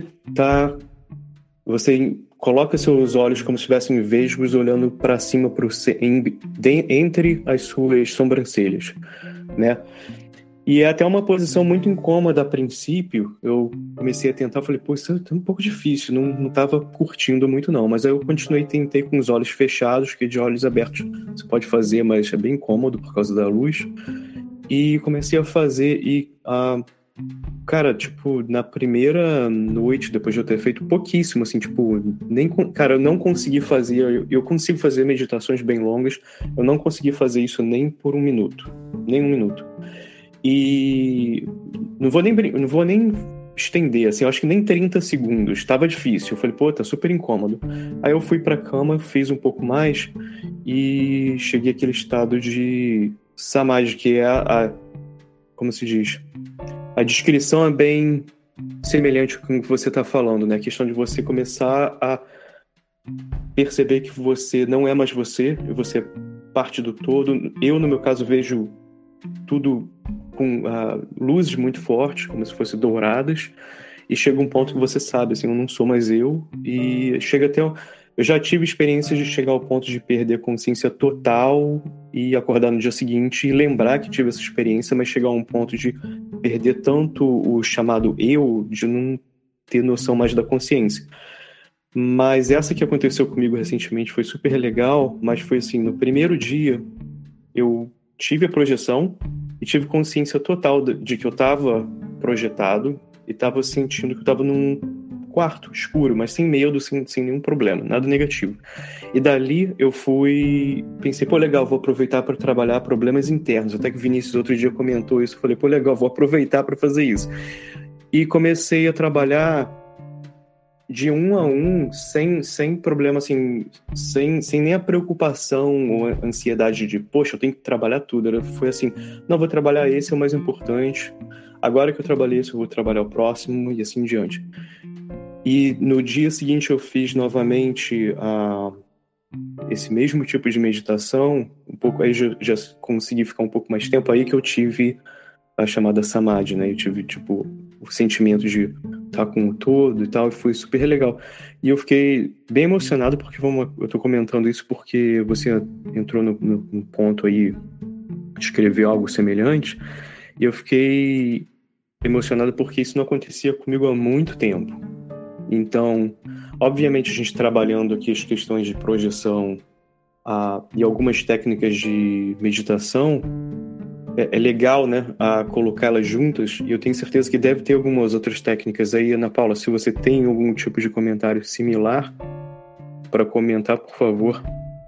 você coloca seus olhos como se estivessem vesgos olhando para cima, entre as suas sobrancelhas, né? E é até uma posição muito incômoda a princípio. Eu comecei a tentar, falei, pô, isso é um pouco difícil, não estava curtindo muito não. Mas aí eu tentei com os olhos fechados, que de olhos abertos você pode fazer, mas é bem incômodo por causa da luz. E comecei a fazer cara, tipo, na primeira noite, depois de eu ter feito pouquíssimo, assim, tipo, eu não consegui fazer, eu consigo fazer meditações bem longas, eu não consegui fazer isso nem por um minuto. E não vou nem estender, assim, eu acho que nem 30 segundos, tava difícil, eu falei, pô, tá super incômodo. Aí eu fui pra cama, fiz um pouco mais e cheguei àquele estado de samadhi, que é como se diz, a descrição é bem semelhante com o que você tá falando, né, a questão de você começar a perceber que você não é mais você é parte do todo. Eu, no meu caso, vejo tudo com luzes muito fortes, como se fossem douradas, e chega um ponto que você sabe, assim, eu não sou mais eu, e chega até... Eu já tive experiências de chegar ao ponto de perder a consciência total e acordar no dia seguinte e lembrar que tive essa experiência, mas chegar a um ponto de perder tanto o chamado eu, de não ter noção mais da consciência. Mas essa que aconteceu comigo recentemente foi super legal, mas foi assim, no primeiro dia eu tive a projeção e tive consciência total de que eu estava projetado e estava sentindo que eu estava num quarto escuro, mas sem medo, sem nenhum problema, nada negativo. E dali eu pensei, pô, legal, vou aproveitar para trabalhar problemas internos. Até que o Vinícius outro dia comentou isso, falei, pô, legal, vou aproveitar para fazer isso. E comecei a trabalhar de um a um, sem problema, assim, sem nem a preocupação ou a ansiedade de, poxa, eu tenho que trabalhar tudo. Foi assim, não, vou trabalhar esse, é o mais importante. Agora que eu trabalhei esse, eu vou trabalhar o próximo e assim em diante. E no dia seguinte eu fiz novamente esse mesmo tipo de meditação, um pouco, aí já consegui ficar um pouco mais tempo, aí que eu tive a chamada samadhi, né? Eu tive, tipo, o sentimento de estar com o todo e tal, e foi super legal. E eu fiquei bem emocionado, porque eu tô comentando isso porque você entrou no ponto aí, escreveu algo semelhante, E eu fiquei emocionado porque isso não acontecia comigo há muito tempo. Então, obviamente, a gente trabalhando aqui as questões de projeção e algumas técnicas de meditação, é legal, né, a colocá-las juntas, e eu tenho certeza que deve ter algumas outras técnicas aí. Ana Paula, se você tem algum tipo de comentário similar para comentar, por favor.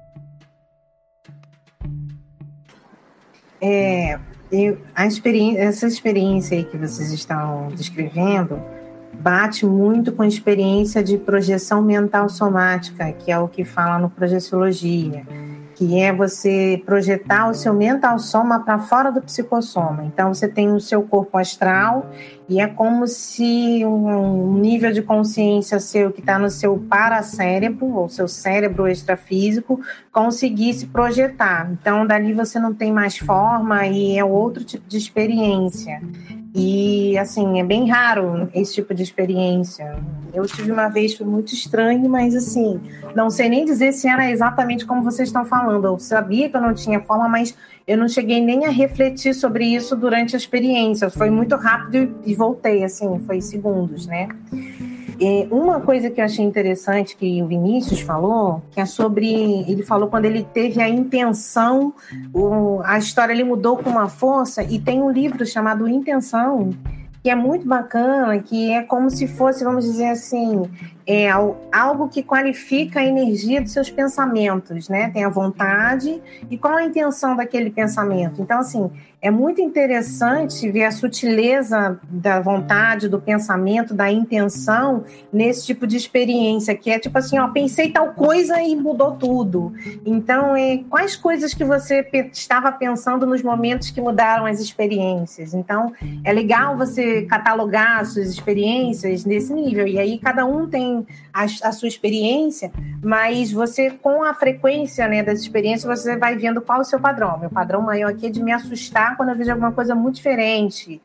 Essa experiência aí que vocês estão descrevendo bate muito com a experiência de projeção mental somática, que é o que fala no Projeciologia, que é você projetar o seu mental soma para fora do psicossoma. Então, você tem o seu corpo astral e é como se um nível de consciência seu que está no seu paracérebro, ou seu cérebro extrafísico, conseguisse projetar. Então, dali você não tem mais forma e é outro tipo de experiência. E, assim, é bem raro esse tipo de experiência. Eu tive uma vez, foi muito estranho, mas, assim, não sei nem dizer se era exatamente como vocês estão falando. Eu sabia que eu não tinha forma, mas eu não cheguei nem a refletir sobre isso durante a experiência. Foi muito rápido e voltei, assim, foi segundos, né? E uma coisa que eu achei interessante que o Vinícius falou, que é sobre... Ele falou quando ele teve a intenção, a história ele mudou com uma força, e tem um livro chamado Intenção, que é muito bacana, que é como se fosse, vamos dizer assim, algo que qualifica a energia dos seus pensamentos, né? Tem a vontade e qual a intenção daquele pensamento. Então, assim, é muito interessante ver a sutileza da vontade, do pensamento, da intenção nesse tipo de experiência, que é tipo assim, ó, pensei tal coisa e mudou tudo. Então, quais coisas que você estava pensando nos momentos que mudaram as experiências? Então, é legal você catalogar as suas experiências nesse nível, e aí cada um tem a sua experiência, mas você, com a frequência, né, das experiências, você vai vendo qual é o seu padrão. Meu padrão maior aqui é de me assustar quando eu vejo alguma coisa muito diferente.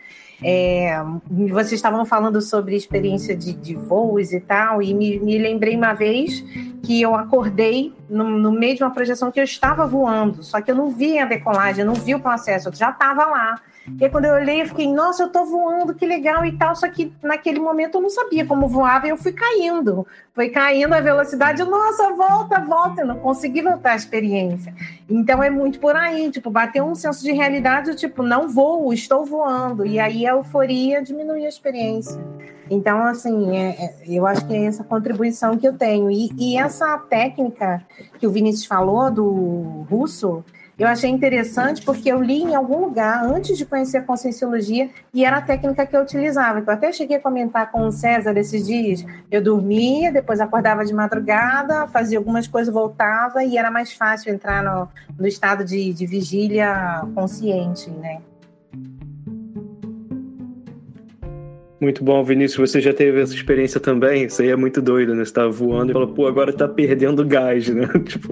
Vocês estavam falando sobre experiência de voos e tal, e me lembrei uma vez que eu acordei no meio de uma projeção que eu estava voando, só que eu não vi a decolagem, eu não vi o processo, eu já estava lá. E aí, quando eu olhei, eu fiquei, nossa, eu tô voando, que legal e tal, só que naquele momento eu não sabia como voava e eu fui caindo. Foi caindo a velocidade, nossa, volta, eu não consegui voltar à experiência. Então é muito por aí, tipo, bateu um senso de realidade, tipo, não voo, estou voando. E aí a euforia diminui a experiência. Então, assim, eu acho que é essa contribuição que eu tenho. E essa técnica que o Vinícius falou, do russo, eu achei interessante porque eu li em algum lugar, antes de conhecer a Conscienciologia, e era a técnica que eu utilizava. Eu até cheguei a comentar com o César esses dias. Eu dormia, depois acordava de madrugada, fazia algumas coisas, voltava, e era mais fácil entrar no estado de vigília consciente, né? Muito bom, Vinícius, você já teve essa experiência também? Isso aí é muito doido, né? Você tá voando e fala, pô, agora tá perdendo gás, né? Tipo...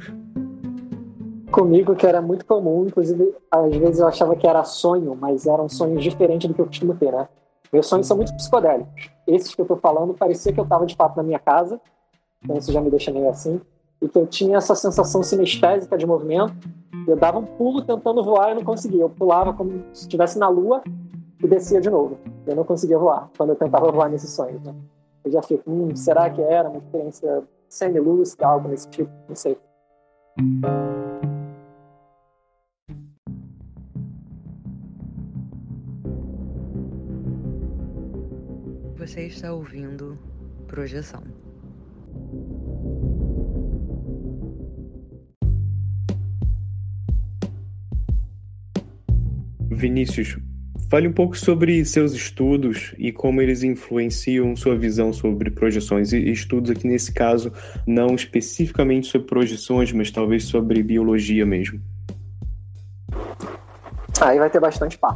Comigo, que era muito comum, inclusive, às vezes eu achava que era sonho, mas eram sonhos diferentes do que eu costumo ter, né? Meus sonhos são muito psicodélicos. Esses que eu tô falando, parecia que eu tava de fato na minha casa, então isso já me deixa meio assim, e que eu tinha essa sensação sinestésica de movimento, eu dava um pulo tentando voar e não conseguia. Eu pulava como se estivesse na lua e descia de novo. Eu não conseguia voar quando eu tentava voar nesses sonhos, né? Eu já fico, será que era uma experiência semi-lúcida, algo nesse tipo? Não sei. Você está ouvindo Projeção. Vinícius, fale um pouco sobre seus estudos e como eles influenciam sua visão sobre projeções. E estudos aqui, nesse caso, não especificamente sobre projeções, mas talvez sobre biologia mesmo. Aí vai ter bastante papo.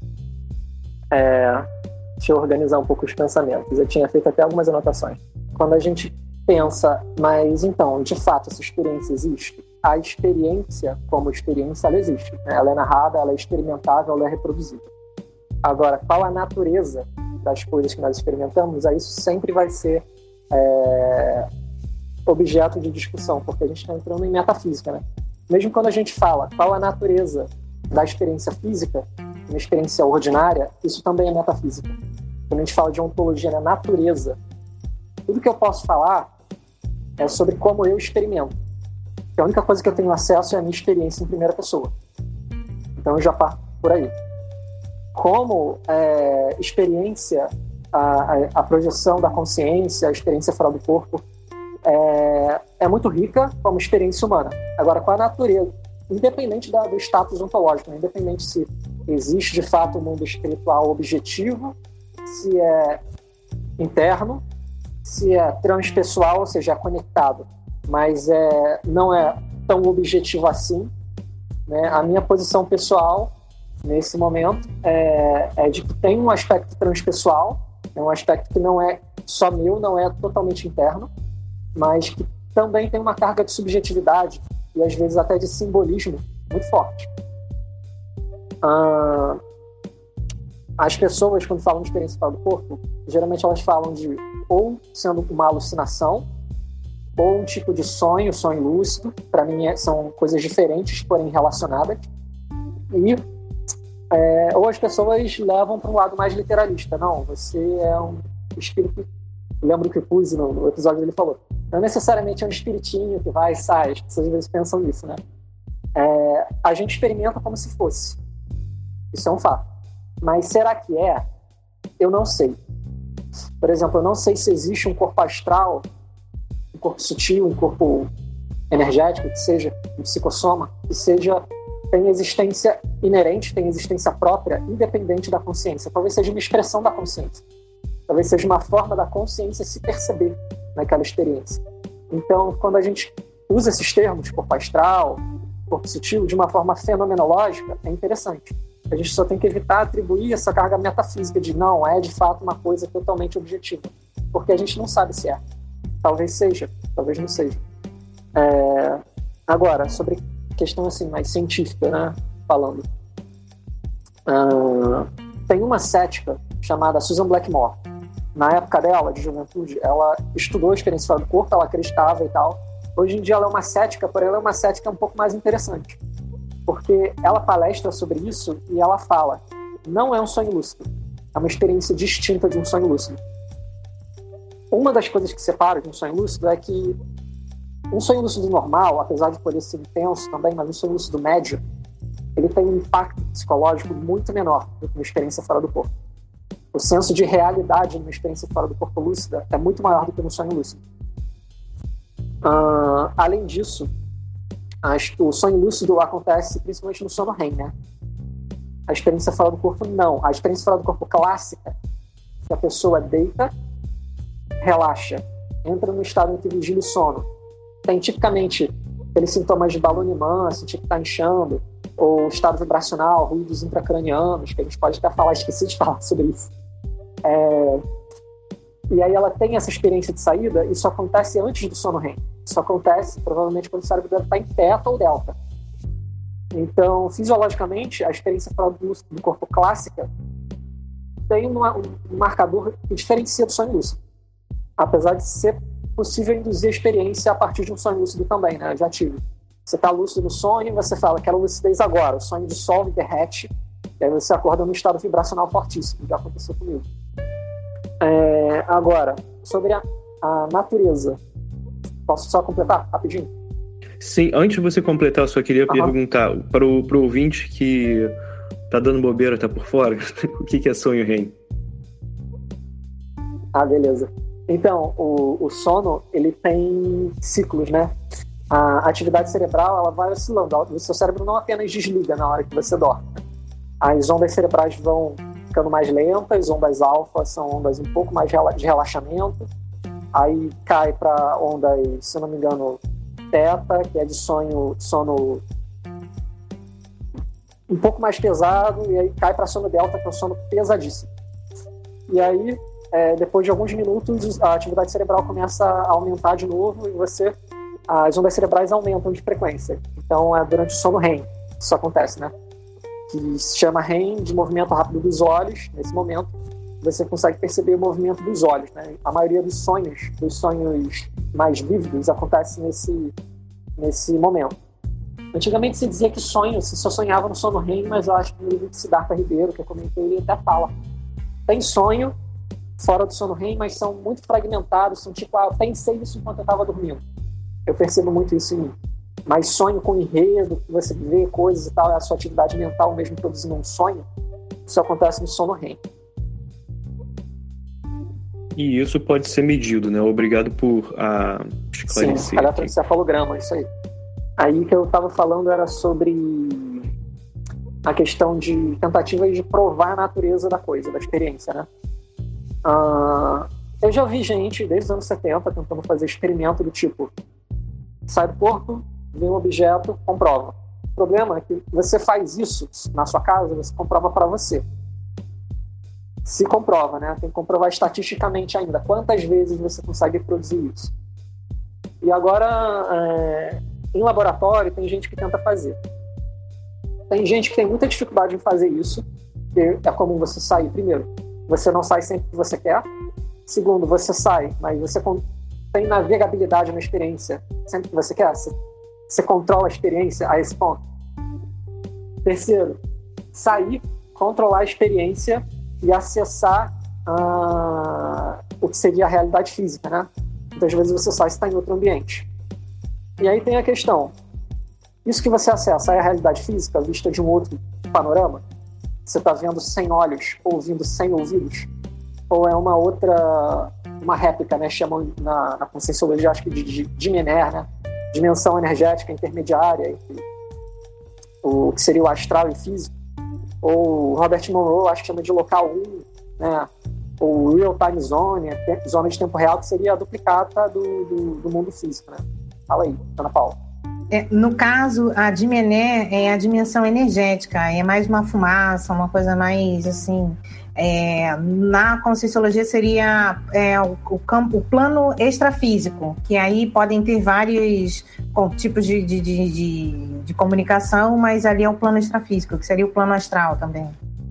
Deixa eu organizar um pouco os pensamentos. Eu tinha feito até algumas anotações. Quando a gente pensa, mas então, de fato, essa experiência existe? A experiência, como experiência, ela existe. Né? Ela é narrada, ela é experimentável, ela é reproduzível. Agora, qual a natureza das coisas que nós experimentamos? Aí isso sempre vai ser objeto de discussão, porque a gente está entrando em metafísica, né? Mesmo quando a gente fala qual a natureza da experiência física, uma experiência ordinária, isso também é metafísica. Quando a gente fala de ontologia na natureza, tudo que eu posso falar é sobre como eu experimento. Porque a única coisa que eu tenho acesso é a minha experiência em primeira pessoa. Então eu já parto por aí. Como experiência, a projeção da consciência, a experiência fora do corpo, é muito rica como experiência humana. Agora, com a natureza, independente do status ontológico, né? Independente se existe de fato um mundo espiritual objetivo, se é interno, se é transpessoal, ou seja, é conectado, mas não é tão objetivo assim, né? A minha posição pessoal nesse momento é de que tem um aspecto transpessoal, é um aspecto que não é só meu, não é totalmente interno, mas que também tem uma carga de subjetividade e às vezes até de simbolismo muito forte. As pessoas, quando falam de experiência fora do corpo, geralmente elas falam de ou sendo uma alucinação ou um tipo de sonho lúcido. Para mim são coisas diferentes, porém relacionadas. E ou as pessoas levam para um lado mais literalista. Não, você é um espírito. Eu lembro que o Puzzi, no episódio dele, falou: não necessariamente é um espiritinho que vai e sai. As pessoas às vezes pensam nisso, né? A gente experimenta como se fosse. Isso é um fato. Mas será que é? Eu não sei. Por exemplo, eu não sei se existe um corpo astral, um corpo sutil, um corpo energético, que seja um psicossoma, que tem existência inerente, tem existência própria, independente da consciência. Talvez seja uma expressão da consciência. Talvez seja uma forma da consciência se perceber naquela experiência. Então, quando a gente usa esses termos, corpo astral, corpo sutil, de uma forma fenomenológica, é interessante. A gente só tem que evitar atribuir essa carga metafísica de não, é de fato uma coisa totalmente objetiva. Porque a gente não sabe se é. Talvez seja, talvez não seja. Agora, sobre questão assim, mais científica, né, falando. Tem uma cética chamada Susan Blackmore. Na época dela, de juventude, ela estudou a experiência fora do corpo, ela acreditava e tal. Hoje em dia ela é uma cética, porém ela é uma cética um pouco mais interessante. Porque ela palestra sobre isso e ela fala: não é um sonho lúcido, é uma experiência distinta de um sonho lúcido. Uma das coisas que separa de um sonho lúcido é que um sonho lúcido normal, apesar de poder ser intenso também, mas um sonho lúcido médio, ele tem um impacto psicológico muito menor do que uma experiência fora do corpo. O senso de realidade numa experiência fora do corpo lúcida é muito maior do que no sonho lúcido. Além disso, o sonho lúcido acontece principalmente no sono REM, né? A experiência fora do corpo, não. A experiência fora do corpo clássica, que a pessoa deita, relaxa, entra no estado entre vigília e sono. Tem tipicamente aqueles sintomas de balonimã, sentir que está inchando, ou estado vibracional, ruídos intracranianos, que a gente pode até falar, esqueci de falar sobre isso. E aí ela tem essa experiência de saída, e isso acontece antes do sono REM. Isso acontece provavelmente quando o cérebro dela está em teta ou delta. Então, fisiologicamente, a experiência fora do corpo clássica tem um marcador que diferencia do sonho lúcido. Apesar de ser possível induzir a experiência a partir de um sonho lúcido também, né? Eu já tive. Você está lúcido no sonho e você fala: quero lucidez agora. O sonho dissolve, derrete, e aí você acorda num estado vibracional fortíssimo. Já aconteceu comigo. Agora, sobre a natureza. Posso só completar rapidinho? Sim, antes de você completar, eu só queria perguntar para o ouvinte que tá dando bobeira, tá por fora, o que é sonho REM? Beleza. Então, o sono, ele tem ciclos, né? A atividade cerebral, ela vai oscilando. O seu cérebro não apenas desliga na hora que você dorme. As ondas cerebrais vão ficando mais lentas, ondas alfa são ondas um pouco mais de relaxamento. Aí cai para ondas, se não me engano, teta, que é de sono um pouco mais pesado, e aí cai para sono delta, que é um sono pesadíssimo. E aí, depois de alguns minutos, a atividade cerebral começa a aumentar de novo e as ondas cerebrais aumentam de frequência. Então, é durante o sono REM que isso acontece, né? Que se chama REM de movimento rápido dos olhos. Nesse momento, você consegue perceber o movimento dos olhos, né? A maioria dos sonhos mais vívidos, acontece nesse momento. Antigamente se dizia que se só sonhava no sono REM, mas eu acho que no livro de Siddhartha Ribeiro, que eu comentei, ele até fala. Tem sonho fora do sono REM, mas são muito fragmentados, são tipo, eu pensei isso enquanto eu estava dormindo. Eu percebo muito isso em mim. Mas sonho com enredo, que você vê coisas e tal, é a sua atividade mental mesmo produzindo um sonho, isso acontece no sono REM. E isso pode ser medido, né? Obrigado por esclarecer. Sim, eletroencefalograma, isso aí. Aí que eu estava falando era sobre a questão de tentativas de provar a natureza da coisa, da experiência, né? Eu já vi gente, desde os anos 70, tentando fazer experimento do tipo, sai do corpo, vê um objeto, comprova. O problema é que você faz isso na sua casa, você comprova para você. Se comprova, né? Tem que comprovar estatisticamente ainda. Quantas vezes você consegue produzir isso? E agora, em laboratório, tem gente que tenta fazer. Tem gente que tem muita dificuldade em fazer isso, porque é comum você sair. Primeiro, você não sai sempre que você quer. Segundo, você sai, mas você tem navegabilidade na experiência sempre que você quer. Você controla a experiência a esse ponto. Terceiro, sair, controlar a experiência e acessar o que seria a realidade física, né? Muitas vezes você sai e está em outro ambiente. E aí tem a questão, isso que você acessa é a realidade física, vista de um outro panorama? Você está vendo sem olhos, ouvindo sem ouvidos? Ou é uma réplica, né? Chamam na conscienciologia, acho que de Dimener, né? Dimensão energética intermediária entre o que seria o astral e físico. Ou Robert Monroe, acho que chama de local 1, né? Ou real time zone, zona de tempo real, que seria a duplicata do mundo físico, né? Fala aí, Ana Paula. No caso, a Dimener é a dimensão energética, é mais uma fumaça, uma coisa mais assim. Na Conscienciologia seria o plano extrafísico, que aí podem ter vários tipos de comunicação, mas ali é o plano extrafísico, que seria o plano astral também.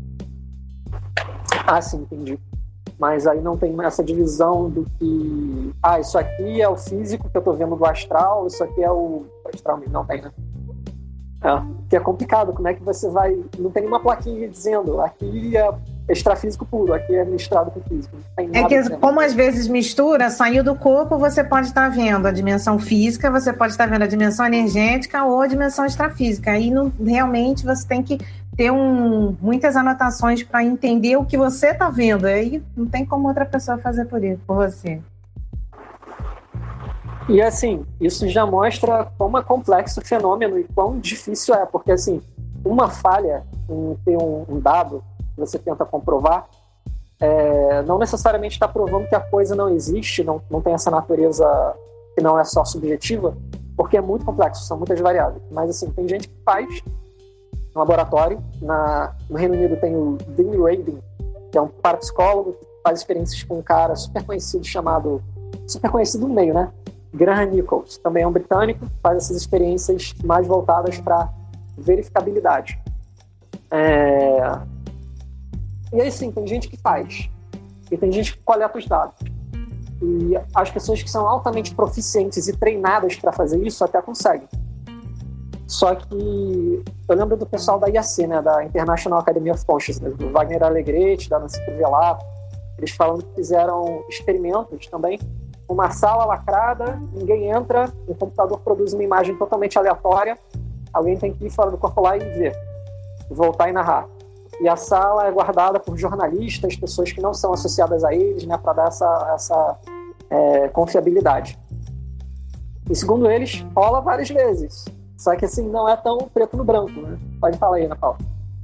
Sim, entendi. Mas aí não tem essa divisão do que isso aqui é o físico que eu estou vendo do astral, isso aqui é o astral, não tem, né? Que é complicado, como é que você vai... Não tem nenhuma plaquinha dizendo aqui é extrafísico puro, aqui é misturado com físico. Não tem nada como às vezes mistura, saiu do corpo, você pode estar vendo a dimensão física, você pode estar vendo a dimensão energética ou a dimensão extrafísica. Aí realmente você tem que ter muitas anotações para entender o que você está vendo. Aí não tem como outra pessoa fazer por você. E assim, isso já mostra como é complexo o fenômeno e quão difícil é, porque assim, uma falha em ter um dado que você tenta comprovar, não necessariamente está provando que a coisa não existe, não tem essa natureza que não é só subjetiva, porque é muito complexo, são muitas variáveis. Mas assim, tem gente que faz no laboratório. No Reino Unido tem o Dean Radin, que é um parapsicólogo que faz experiências com um cara super conhecido no meio, né? Graham Nichols, também é um britânico, faz essas experiências mais voltadas para verificabilidade. E aí sim, tem gente que faz, e tem gente que coleta os dados. E as pessoas que são altamente proficientes e treinadas para fazer isso até conseguem. Só que eu lembro do pessoal da IAC, né, da International Academy of Consciousness, do Wagner Alegretti, da Nancy Crivellaro, eles falando que fizeram experimentos também, uma sala lacrada, ninguém entra, o computador produz uma imagem totalmente aleatória, alguém tem que ir fora do corpo lá e ver, voltar e narrar. E a sala é guardada por jornalistas, pessoas que não são associadas a eles, né, para dar essa confiabilidade. E segundo eles, rola várias vezes. Só que assim, não é tão preto no branco, né? Pode falar aí, Ana Paula.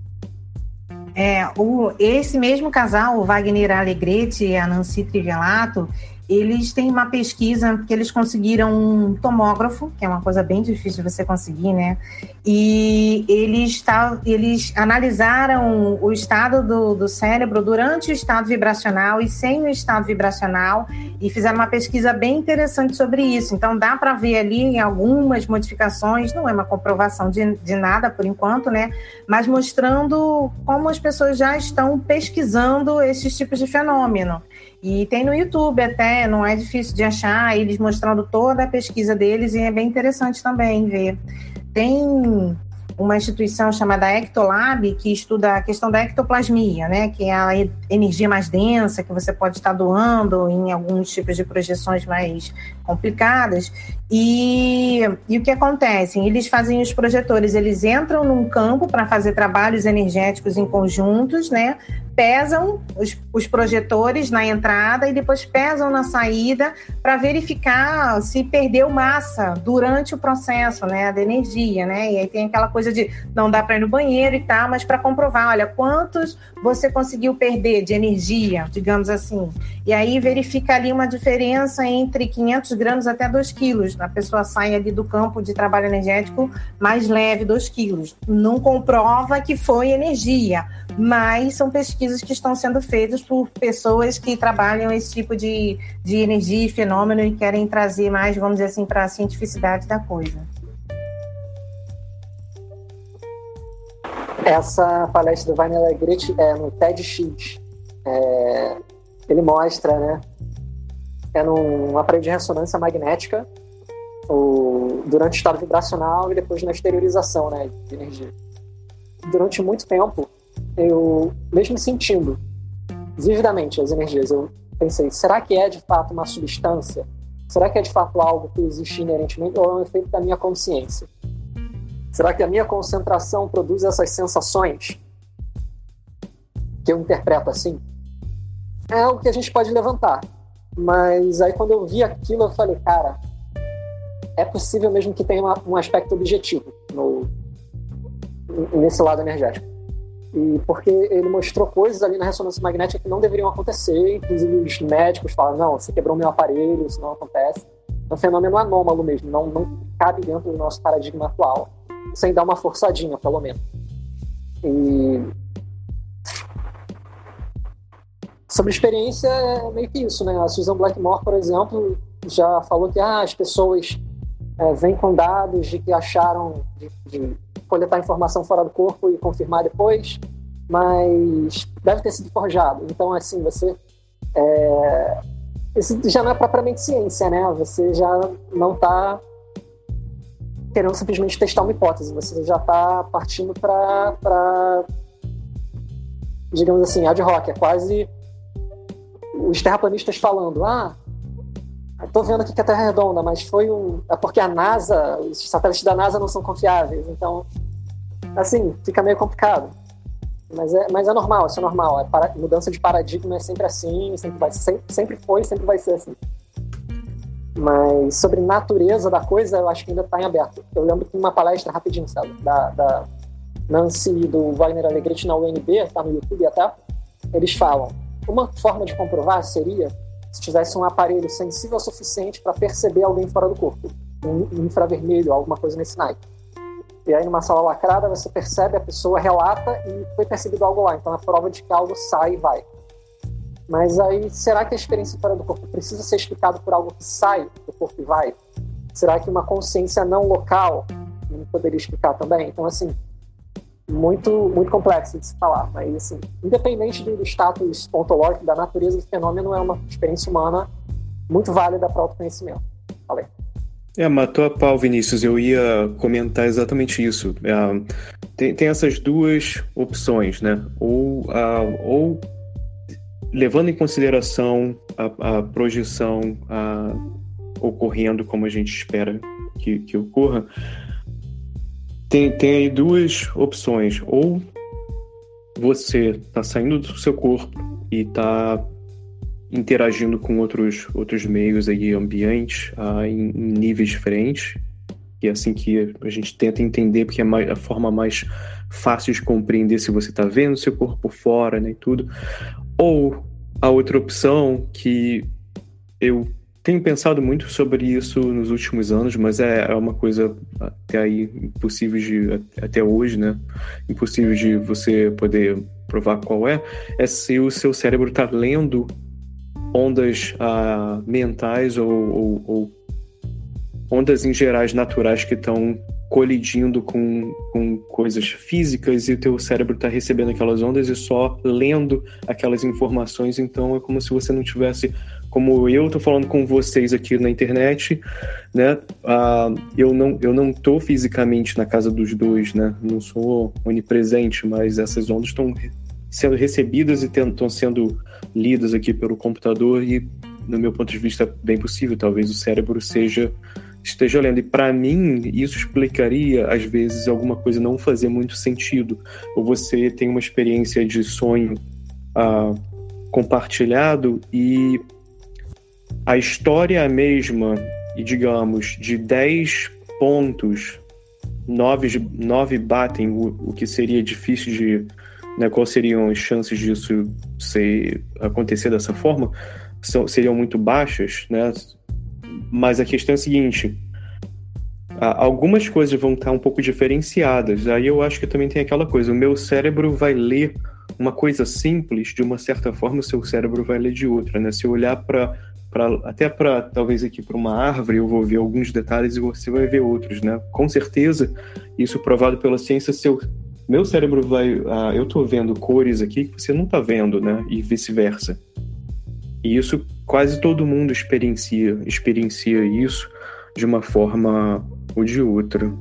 Esse mesmo casal, o Wagner Alegretti e a Nancy Crivellaro, eles têm uma pesquisa que eles conseguiram um tomógrafo, que é uma coisa bem difícil de você conseguir, né? E eles analisaram o estado do cérebro durante o estado vibracional e sem o estado vibracional e fizeram uma pesquisa bem interessante sobre isso. Então, dá para ver ali algumas modificações, não é uma comprovação de nada por enquanto, né? Mas mostrando como as pessoas já estão pesquisando esses tipos de fenômeno. E tem no YouTube até, não é difícil de achar, eles mostrando toda a pesquisa deles, e é bem interessante também ver. Tem uma instituição chamada Ectolab, que estuda a questão da ectoplasmia, né, que é a energia mais densa que você pode estar doando em alguns tipos de projeções mais complicadas. E o que acontece? Eles fazem os projetores, eles entram num campo para fazer trabalhos energéticos em conjuntos, né? Pesam os projetores na entrada e depois pesam na saída para verificar se perdeu massa durante o processo, né, da energia, né? E aí tem aquela coisa de não dá para ir no banheiro e tal, mas para comprovar, olha, quantos você conseguiu perder de energia, digamos assim. E aí verifica ali uma diferença entre 500 gramas até 2 quilos. A pessoa sai ali do campo de trabalho energético mais leve, 2 quilos. Não comprova que foi energia, mas são pesquisas que estão sendo feitas por pessoas que trabalham esse tipo de energia e fenômeno e querem trazer mais, vamos dizer assim, para a cientificidade da coisa. Essa palestra do Wayne Alegretti é no TEDx. Ele mostra, né? É num aparelho de ressonância magnética durante o estado vibracional e depois na exteriorização, né, de energia. Durante muito tempo, eu, mesmo sentindo vividamente as energias, eu pensei, será que é de fato uma substância? Será que é de fato algo que existe inerentemente ou é um efeito da minha consciência? Será que a minha concentração produz essas sensações que eu interpreto assim? É algo que a gente pode levantar. Mas aí quando eu vi aquilo, eu falei, cara, é possível mesmo que tenha um aspecto objetivo nesse lado energético. E porque ele mostrou coisas ali na ressonância magnética que não deveriam acontecer, inclusive os médicos falam, não, você quebrou meu aparelho, isso não acontece. É um fenômeno anômalo mesmo, não cabe dentro do nosso paradigma atual, sem dar uma forçadinha, pelo menos. E sobre experiência, é meio que isso, né? A Susan Blackmore, por exemplo, já falou que as pessoas vêm com dados de que acharam de coletar informação fora do corpo e confirmar depois, mas deve ter sido forjado. Então, assim, você... isso já não é propriamente ciência, né? Você já não está querendo simplesmente testar uma hipótese, você já está partindo para, digamos assim, ad hoc, é quase os terraplanistas falando, estou vendo aqui que a Terra é redonda, mas é porque a NASA, os satélites da NASA não são confiáveis, então, assim, fica meio complicado. Mas é normal, isso é normal. Mudança de paradigma é sempre assim, sempre foi, sempre vai ser assim. Mas sobre natureza da coisa, eu acho que ainda está em aberto. Eu lembro que uma palestra rapidinho, sabe, da Nancy e do Wagner Alegretti na UNB, está no YouTube até, eles falam, uma forma de comprovar seria se tivesse um aparelho sensível o suficiente para perceber alguém fora do corpo, um infravermelho, alguma coisa nesse naipe. E aí numa sala lacrada você percebe, a pessoa relata e foi percebido algo lá, então a prova de que algo sai e vai. Mas aí, será que a experiência fora do corpo precisa ser explicada por algo que sai do corpo e vai? Será que uma consciência não local não poderia explicar também? Então, assim, muito, muito complexo de se falar. Mas, assim, independente do status ontológico, da natureza do fenômeno, é uma experiência humana muito válida para o autoconhecimento. Falei. Matou a pau, Vinícius. Eu ia comentar exatamente isso. Tem essas duas opções, né? Ou levando em consideração a projeção ocorrendo como a gente espera que ocorra, tem aí duas opções. Ou você está saindo do seu corpo e está interagindo com outros meios aí, ambientes, em níveis diferentes, e é assim que a gente tenta entender, porque é a forma mais fácil de compreender se você está vendo seu corpo fora, né, e tudo. Ou a outra opção, que eu tenho pensado muito sobre isso nos últimos anos, mas é uma coisa até aí impossível até hoje, né? Impossível de você poder provar qual é se o seu cérebro está lendo ondas mentais ou ondas em gerais naturais que estão colidindo com coisas físicas, e o teu cérebro está recebendo aquelas ondas e só lendo aquelas informações. Então é como se você não estivesse como eu tô falando com vocês aqui na internet, né? Eu não tô fisicamente na casa dos dois, né? Não sou onipresente, mas essas ondas estão sendo recebidas e estão sendo lidas aqui pelo computador e, no meu ponto de vista, é bem possível. Talvez o cérebro esteja lendo. E para mim, isso explicaria, às vezes, alguma coisa não fazer muito sentido. Ou você tem uma experiência de sonho compartilhado e a história é a mesma e, digamos, de 10 pontos, 9 batem o que seria difícil de... Né, quais seriam as chances disso acontecer dessa forma? Seriam muito baixas, né? Mas a questão é a seguinte: algumas coisas vão estar um pouco diferenciadas. Aí eu acho que também tem aquela coisa, o meu cérebro vai ler uma coisa simples de uma certa forma, o seu cérebro vai ler de outra, né? Se eu olhar talvez aqui para uma árvore, eu vou ver alguns detalhes e você vai ver outros, né? Com certeza, isso provado pela ciência, meu cérebro eu tô vendo cores aqui que você não tá vendo, né? E vice-versa. E isso quase todo mundo experiencia isso de uma forma ou de outra.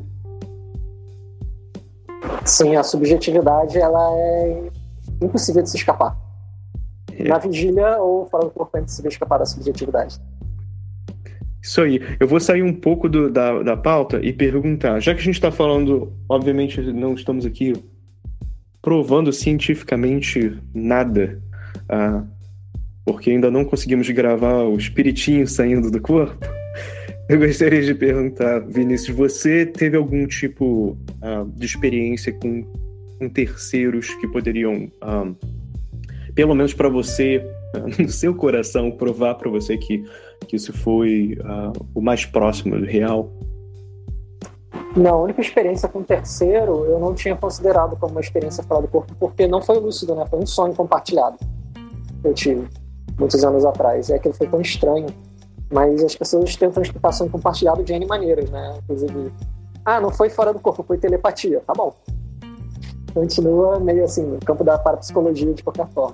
Sim, a subjetividade, ela é impossível de se escapar. Na vigília ou fora do corpo é impossível escapar da subjetividade. Isso aí. Eu vou sair um pouco da pauta e perguntar, já que a gente está falando, obviamente não estamos aqui provando cientificamente nada, porque ainda não conseguimos gravar o espiritinho saindo do corpo, eu gostaria de perguntar, Vinícius, você teve algum tipo de experiência com terceiros que poderiam, pelo menos para você, no seu coração, provar para você que isso foi o mais próximo do real? Não, a única experiência com terceiro eu não tinha considerado como uma experiência fora do corpo, porque não foi lúcido, né? Foi um sonho compartilhado que eu tive muitos anos atrás, e aquilo foi tão estranho. Mas as pessoas tentam explicar sonho compartilhado de N maneiras, né? Inclusive, não foi fora do corpo, foi telepatia, tá bom. Continua meio assim, no campo da parapsicologia de qualquer forma.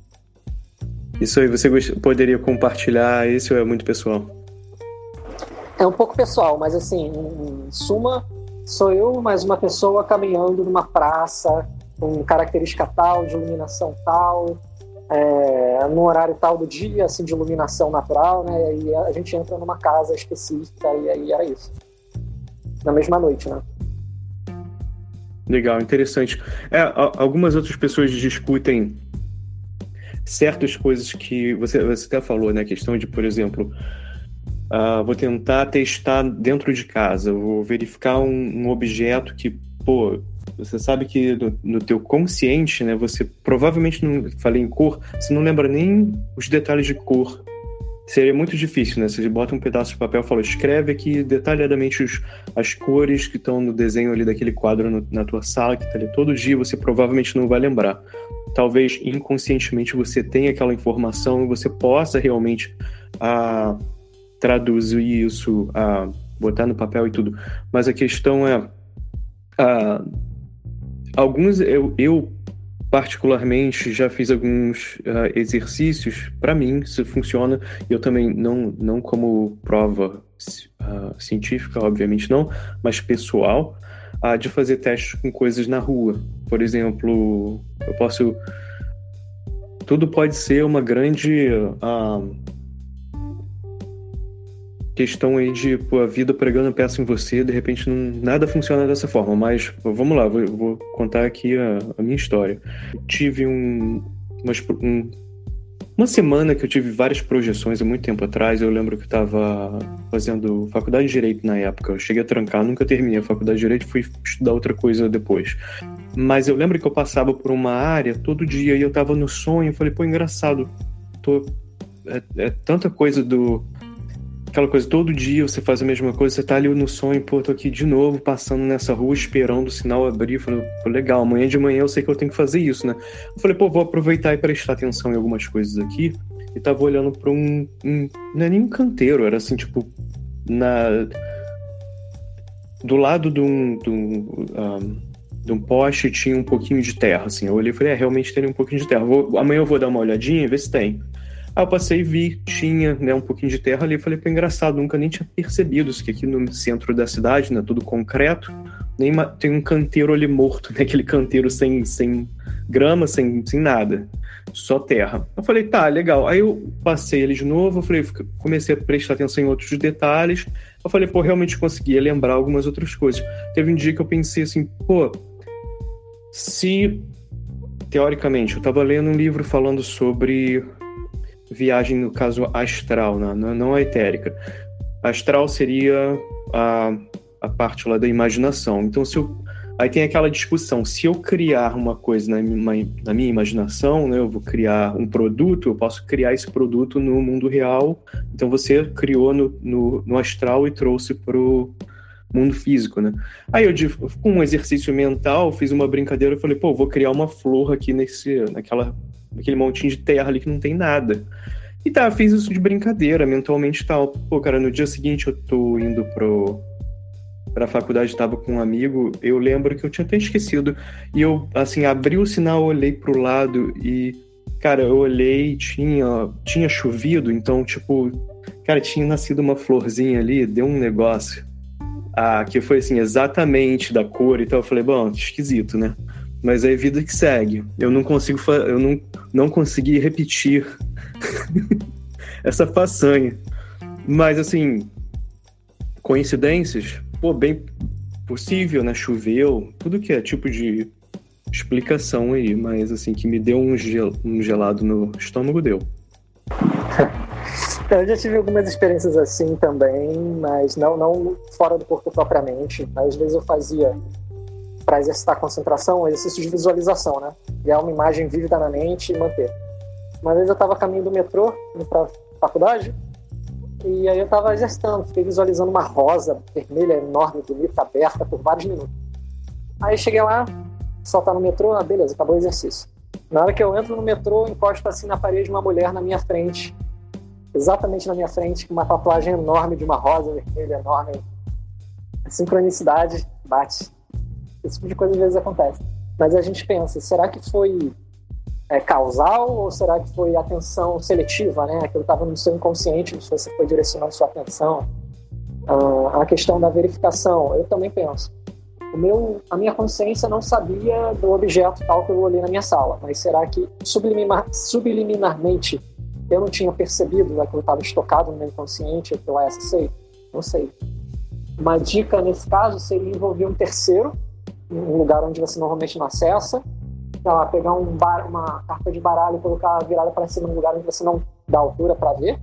Isso aí, você poderia compartilhar isso ou é muito pessoal? É um pouco pessoal, mas assim, em suma, sou eu mais uma pessoa caminhando numa praça com característica tal, de iluminação tal, no horário tal do dia, assim, de iluminação natural, né? E a gente entra numa casa específica e aí era isso. Na mesma noite, né? Legal, interessante. Algumas outras pessoas discutem certas coisas que você até falou, né? A questão de, por exemplo, vou tentar testar dentro de casa, vou verificar um objeto que, você sabe que no teu consciente, né? Você provavelmente, não falei em cor, você não lembra nem os detalhes de cor. Seria muito difícil, né? Você bota um pedaço de papel e fala, escreve aqui detalhadamente as cores que estão no desenho ali daquele quadro na tua sala, que tá ali todo dia, você provavelmente não vai lembrar. Talvez inconscientemente você tenha aquela informação e você possa realmente traduzir isso, botar no papel e tudo. Mas a questão é, eu particularmente já fiz alguns exercícios, para mim isso funciona, eu também não como prova científica, obviamente não, mas pessoal, de fazer testes com coisas na rua. Por exemplo, tudo pode ser uma grande questão aí de a vida pregando peça em você, de repente nada funciona dessa forma, mas vamos lá, vou contar aqui a minha história. Eu tive uma semana que eu tive várias projeções há muito tempo atrás. Eu lembro que eu estava fazendo faculdade de Direito na época, eu cheguei a trancar, nunca terminei a faculdade de Direito, fui estudar outra coisa depois. Mas eu lembro que eu passava por uma área todo dia e eu estava no sonho, eu falei, engraçado, tanta coisa aquela coisa, todo dia você faz a mesma coisa, você tá ali no sonho, tô aqui de novo, passando nessa rua, esperando o sinal abrir. Eu falei, legal, amanhã de manhã eu sei que eu tenho que fazer isso, né? Eu falei, vou aproveitar e prestar atenção em algumas coisas aqui. E tava olhando pra não é nem um canteiro, era assim, tipo, do lado de um poste tinha um pouquinho de terra, assim. Eu olhei e falei, realmente tem um pouquinho de terra. Amanhã eu vou dar uma olhadinha e ver se tem. Aí eu passei e vi, tinha, né, um pouquinho de terra ali, eu falei, pô, engraçado, nunca nem tinha percebido isso, que aqui no centro da cidade, né, tudo concreto, tem um canteiro ali morto, né, aquele canteiro sem grama, sem nada, só terra. Eu falei, tá, legal. Aí eu passei ele de novo, eu falei, comecei a prestar atenção em outros detalhes, eu falei, pô, realmente conseguia lembrar algumas outras coisas. Teve um dia que eu pensei assim, pô, se, teoricamente, eu tava lendo um livro falando sobre viagem, no caso, astral, não a etérica. Astral seria a parte lá da imaginação. Então, aí tem aquela discussão, se eu criar uma coisa na minha imaginação, né, eu vou criar um produto, eu posso criar esse produto no mundo real. Então você criou no astral e trouxe pro mundo físico, né? Aí eu, com um exercício mental, fiz uma brincadeira, eu falei, pô, vou criar uma flor aqui naquele montinho de terra ali que não tem nada. E tá, fiz isso de brincadeira, mentalmente e tal. Pô, cara, no dia seguinte eu tô indo pra faculdade, tava com um amigo, eu lembro que eu tinha até esquecido, e eu, assim, abri o sinal, olhei pro lado e, cara, eu olhei, tinha chovido, então, tipo, cara, tinha nascido uma florzinha ali, deu um negócio, que foi, assim, exatamente da cor e tal, eu falei, bom, esquisito, né? Mas é a vida que segue, eu não consegui repetir essa façanha, mas, assim, coincidências, pô, bem possível, né? Choveu, tudo que é tipo de explicação aí, mas assim, que me deu um gelado no estômago, deu. Eu já tive algumas experiências assim também, mas não fora do corpo propriamente. Às vezes eu fazia, para exercitar a concentração, um exercício de visualização, né? Criar uma imagem vívida na mente e manter. Uma vez eu estava caminho do metrô, indo para a faculdade, e aí eu estava exercitando, fiquei visualizando uma rosa vermelha, enorme, bonita, aberta por vários minutos. Aí cheguei lá, só tá no metrô, beleza, acabou o exercício. Na hora que eu entro no metrô, eu encosto assim na parede uma mulher na minha frente, exatamente na minha frente, com uma tatuagem enorme de uma rosa vermelha enorme. A sincronicidade bate. Esse tipo de coisa às vezes acontece. Mas a gente pensa, será que foi causal ou será que foi atenção seletiva, né? Aquilo estava no seu inconsciente, se você foi direcionando sua atenção. A questão da verificação, eu também penso. A minha consciência não sabia do objeto tal que eu olhei na minha sala, mas será que subliminarmente eu não tinha percebido aquilo estava estocado no meu inconsciente pela SC? Não sei. Uma dica nesse caso seria envolver um terceiro, um lugar onde você normalmente não acessa, pegar uma carta de baralho e colocar virada para cima num lugar onde você não dá altura para ver.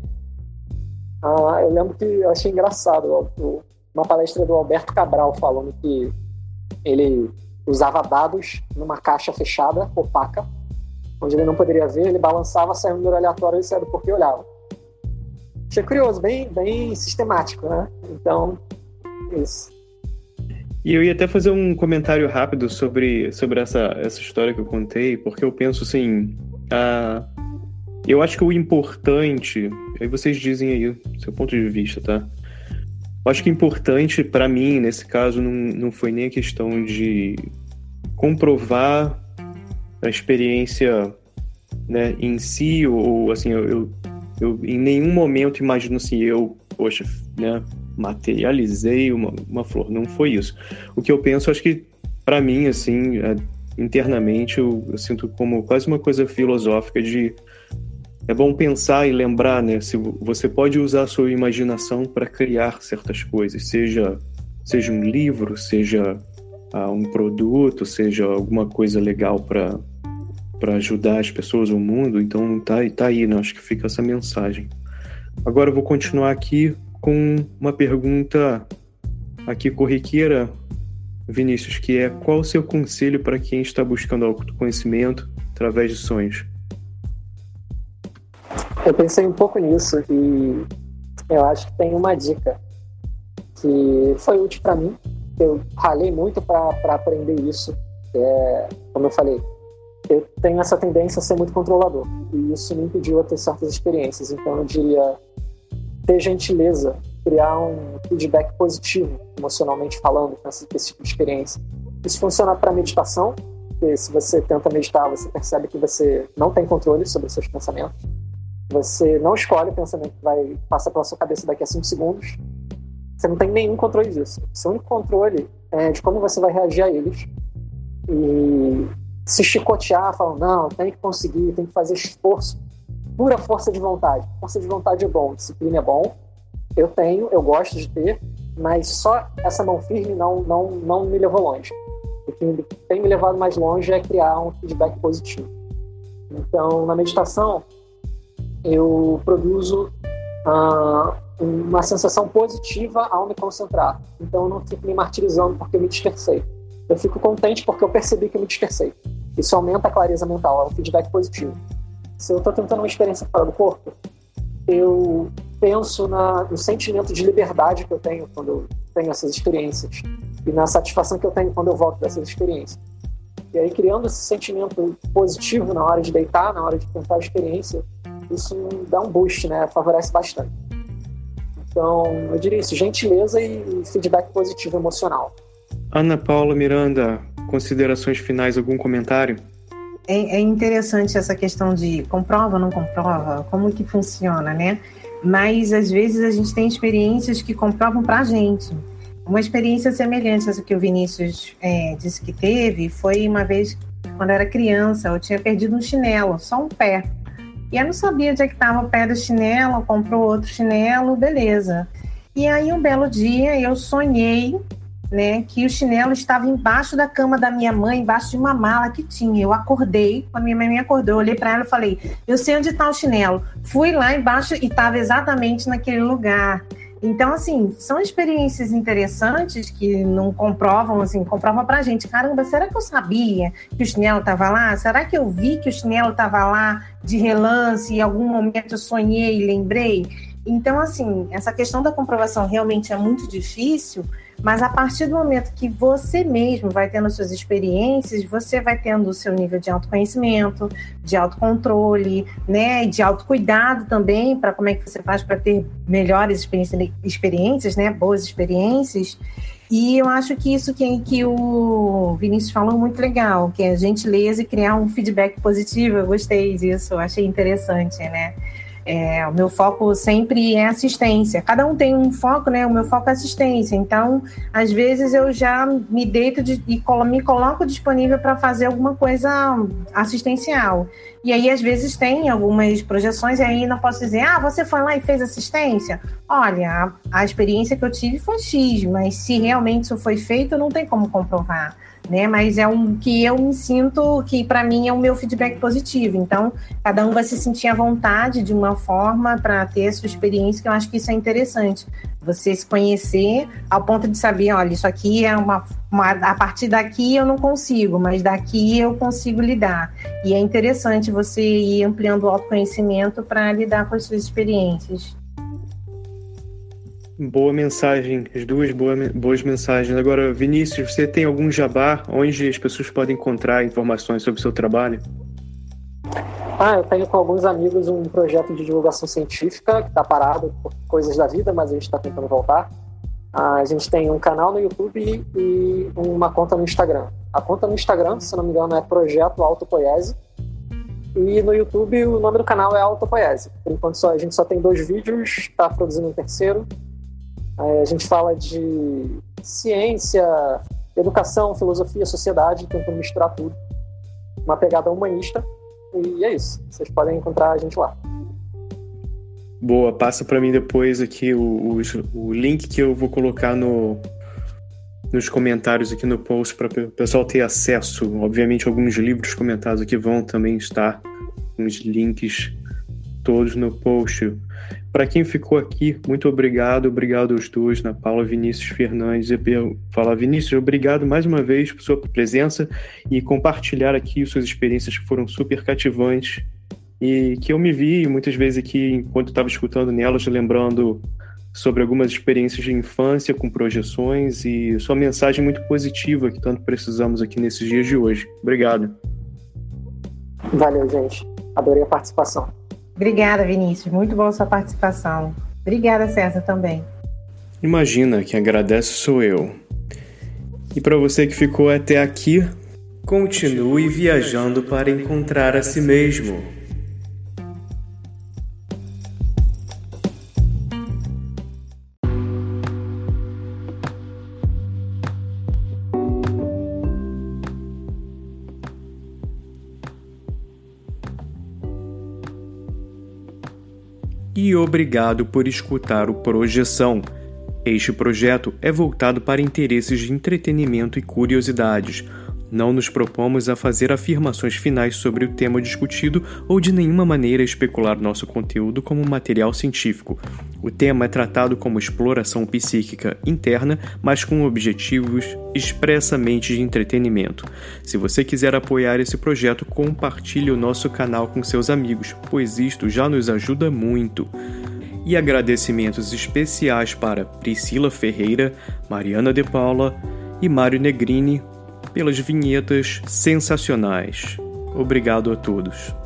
Eu lembro que eu achei engraçado uma palestra do Alberto Cabral falando que ele usava dados numa caixa fechada, opaca, onde ele não poderia ver, ele balançava, saia um número aleatório e saia do porquê olhava. Achei curioso, bem sistemático, né? Então, isso. E eu ia até fazer um comentário rápido sobre essa história que eu contei, porque eu penso assim, eu acho que o importante, aí vocês dizem aí seu ponto de vista, tá? Eu acho que o importante para mim, nesse caso, não foi nem a questão de comprovar a experiência, né, em si, ou assim, eu em nenhum momento imagino assim, poxa, né, materializei uma flor, não foi isso. O que eu penso, acho que para mim, assim, internamente, eu sinto como quase uma coisa filosófica de é bom pensar e lembrar, né, se você pode usar a sua imaginação para criar certas coisas, seja um livro, seja um produto, seja alguma coisa legal para ajudar as pessoas, o mundo. Então tá aí, né? Acho que fica essa mensagem. Agora eu vou continuar aqui com uma pergunta aqui corriqueira, Vinícius, que é: qual o seu conselho para quem está buscando autoconhecimento através de sonhos? Eu pensei um pouco nisso e eu acho que tem uma dica que foi útil para mim. Eu ralei muito para aprender isso. Como eu falei, eu tenho essa tendência a ser muito controlador e isso me impediu a ter certas experiências. Então eu diria: ter gentileza, criar um feedback positivo, emocionalmente falando, com esse tipo de experiência. Isso funciona para meditação, porque se você tenta meditar, você percebe que você não tem controle sobre os seus pensamentos. Você não escolhe o pensamento que vai passar pela sua cabeça daqui a 5 segundos. Você não tem nenhum controle disso. O seu único controle é de como você vai reagir a eles. E se chicotear, falando, não, tem que conseguir, tem que fazer esforço. Pura força de vontade. Força de vontade é bom, disciplina é bom. Eu gosto de ter, mas só essa mão firme não me levou longe. O que tem me levado mais longe é criar um feedback positivo. Então, na meditação, eu produzo uma sensação positiva ao me concentrar. Então, eu não fico me martirizando porque eu me dispersei. Eu fico contente porque eu percebi que eu me dispersei. Isso aumenta a clareza mental, é um feedback positivo. Se eu estou tentando uma experiência fora do corpo, eu penso no sentimento de liberdade que eu tenho quando eu tenho essas experiências e na satisfação que eu tenho quando eu volto dessas experiências. E aí, criando esse sentimento positivo na hora de deitar, na hora de tentar a experiência, isso dá um boost, né? Favorece bastante. Então, eu diria isso, gentileza e feedback positivo emocional. Ana Paula Miranda, considerações finais, algum comentário? É interessante essa questão de comprova ou não comprova, como que funciona, né? Mas, às vezes, a gente tem experiências que comprovam pra gente. Uma experiência semelhante a essa que o Vinícius disse que teve foi uma vez, quando eu era criança, eu tinha perdido um chinelo, só um pé. E eu não sabia onde é que estava o pé do chinelo, comprou outro chinelo, beleza. E aí, um belo dia, eu sonhei, né, que o chinelo estava embaixo da cama da minha mãe, embaixo de uma mala que tinha. Eu acordei, quando minha mãe me acordou, eu olhei para ela e falei, eu sei onde está o chinelo. Fui lá embaixo e estava exatamente naquele lugar. Então, assim, são experiências interessantes que não comprovam, assim, comprovam pra gente. Caramba, será que eu sabia que o chinelo estava lá? Será que eu vi que o chinelo estava lá de relance e em algum momento eu sonhei e lembrei? Então, assim, essa questão da comprovação realmente é muito difícil, mas a partir do momento que você mesmo vai tendo suas experiências, você vai tendo o seu nível de autoconhecimento, de autocontrole, né, de autocuidado também, para como é que você faz para ter melhores experiências, né, boas experiências. E eu acho que isso que o Vinícius falou muito legal, que é a gentileza e criar um feedback positivo. Eu gostei disso, eu achei interessante, né? O meu foco sempre é assistência. Cada um tem um foco, né? O meu foco é assistência. Então, às vezes eu já me deito e me coloco disponível para fazer alguma coisa assistencial. E aí, às vezes, tem algumas projeções e aí não posso dizer, você foi lá e fez assistência? Olha, a experiência que eu tive foi X, mas se realmente isso foi feito, não tem como comprovar. Né? Mas é um que eu me sinto que para mim é o meu feedback positivo. Então, cada um vai se sentir à vontade de uma forma para ter a sua experiência, que eu acho que isso é interessante. Você se conhecer ao ponto de saber, olha, isso aqui é a partir daqui eu não consigo, mas daqui eu consigo lidar. E é interessante você ir ampliando o autoconhecimento para lidar com as suas experiências. Boa mensagem, as duas boas mensagens. Agora, Vinícius, você tem algum jabá onde as pessoas podem encontrar informações sobre o seu trabalho? Eu tenho com alguns amigos um projeto de divulgação científica que está parado por coisas da vida, mas a gente está tentando voltar. A gente tem um canal no YouTube e uma conta no Instagram. A conta no Instagram, se não me engano, é Projeto Autopoiese. E no YouTube o nome do canal é Autopoiese. Por enquanto a gente só tem 2 vídeos, está produzindo um terceiro. A gente fala de ciência, educação, filosofia, sociedade, tentando misturar tudo. Uma pegada humanista. E é isso. Vocês podem encontrar a gente lá. Boa, passa para mim depois aqui o link que eu vou colocar nos comentários aqui no post para o pessoal ter acesso. Obviamente, alguns livros comentados aqui vão também estar os links todos no post. Para quem ficou aqui, muito obrigado aos dois, Ana Paula, Vinícius Fernandes. Falar, Vinícius, obrigado mais uma vez por sua presença e compartilhar aqui suas experiências que foram super cativantes e que eu me vi muitas vezes aqui, enquanto estava escutando nelas, lembrando sobre algumas experiências de infância com projeções e sua mensagem muito positiva que tanto precisamos aqui nesses dias de hoje. Obrigado. Valeu, gente. Adorei a participação. Obrigada, Vinícius. Muito boa a sua participação. Obrigada, César, também. Imagina, quem agradece sou eu. E para você que ficou até aqui, continue viajando para encontrar a si mesmo. E obrigado por escutar o Projeção. Este projeto é voltado para interesses de entretenimento e curiosidades. Não nos propomos a fazer afirmações finais sobre o tema discutido ou de nenhuma maneira especular nosso conteúdo como material científico. O tema é tratado como exploração psíquica interna, mas com objetivos expressamente de entretenimento. Se você quiser apoiar esse projeto, compartilhe o nosso canal com seus amigos, pois isto já nos ajuda muito. E agradecimentos especiais para Priscila Ferreira, Mariana de Paula e Mário Negrini pelas vinhetas sensacionais. Obrigado a todos.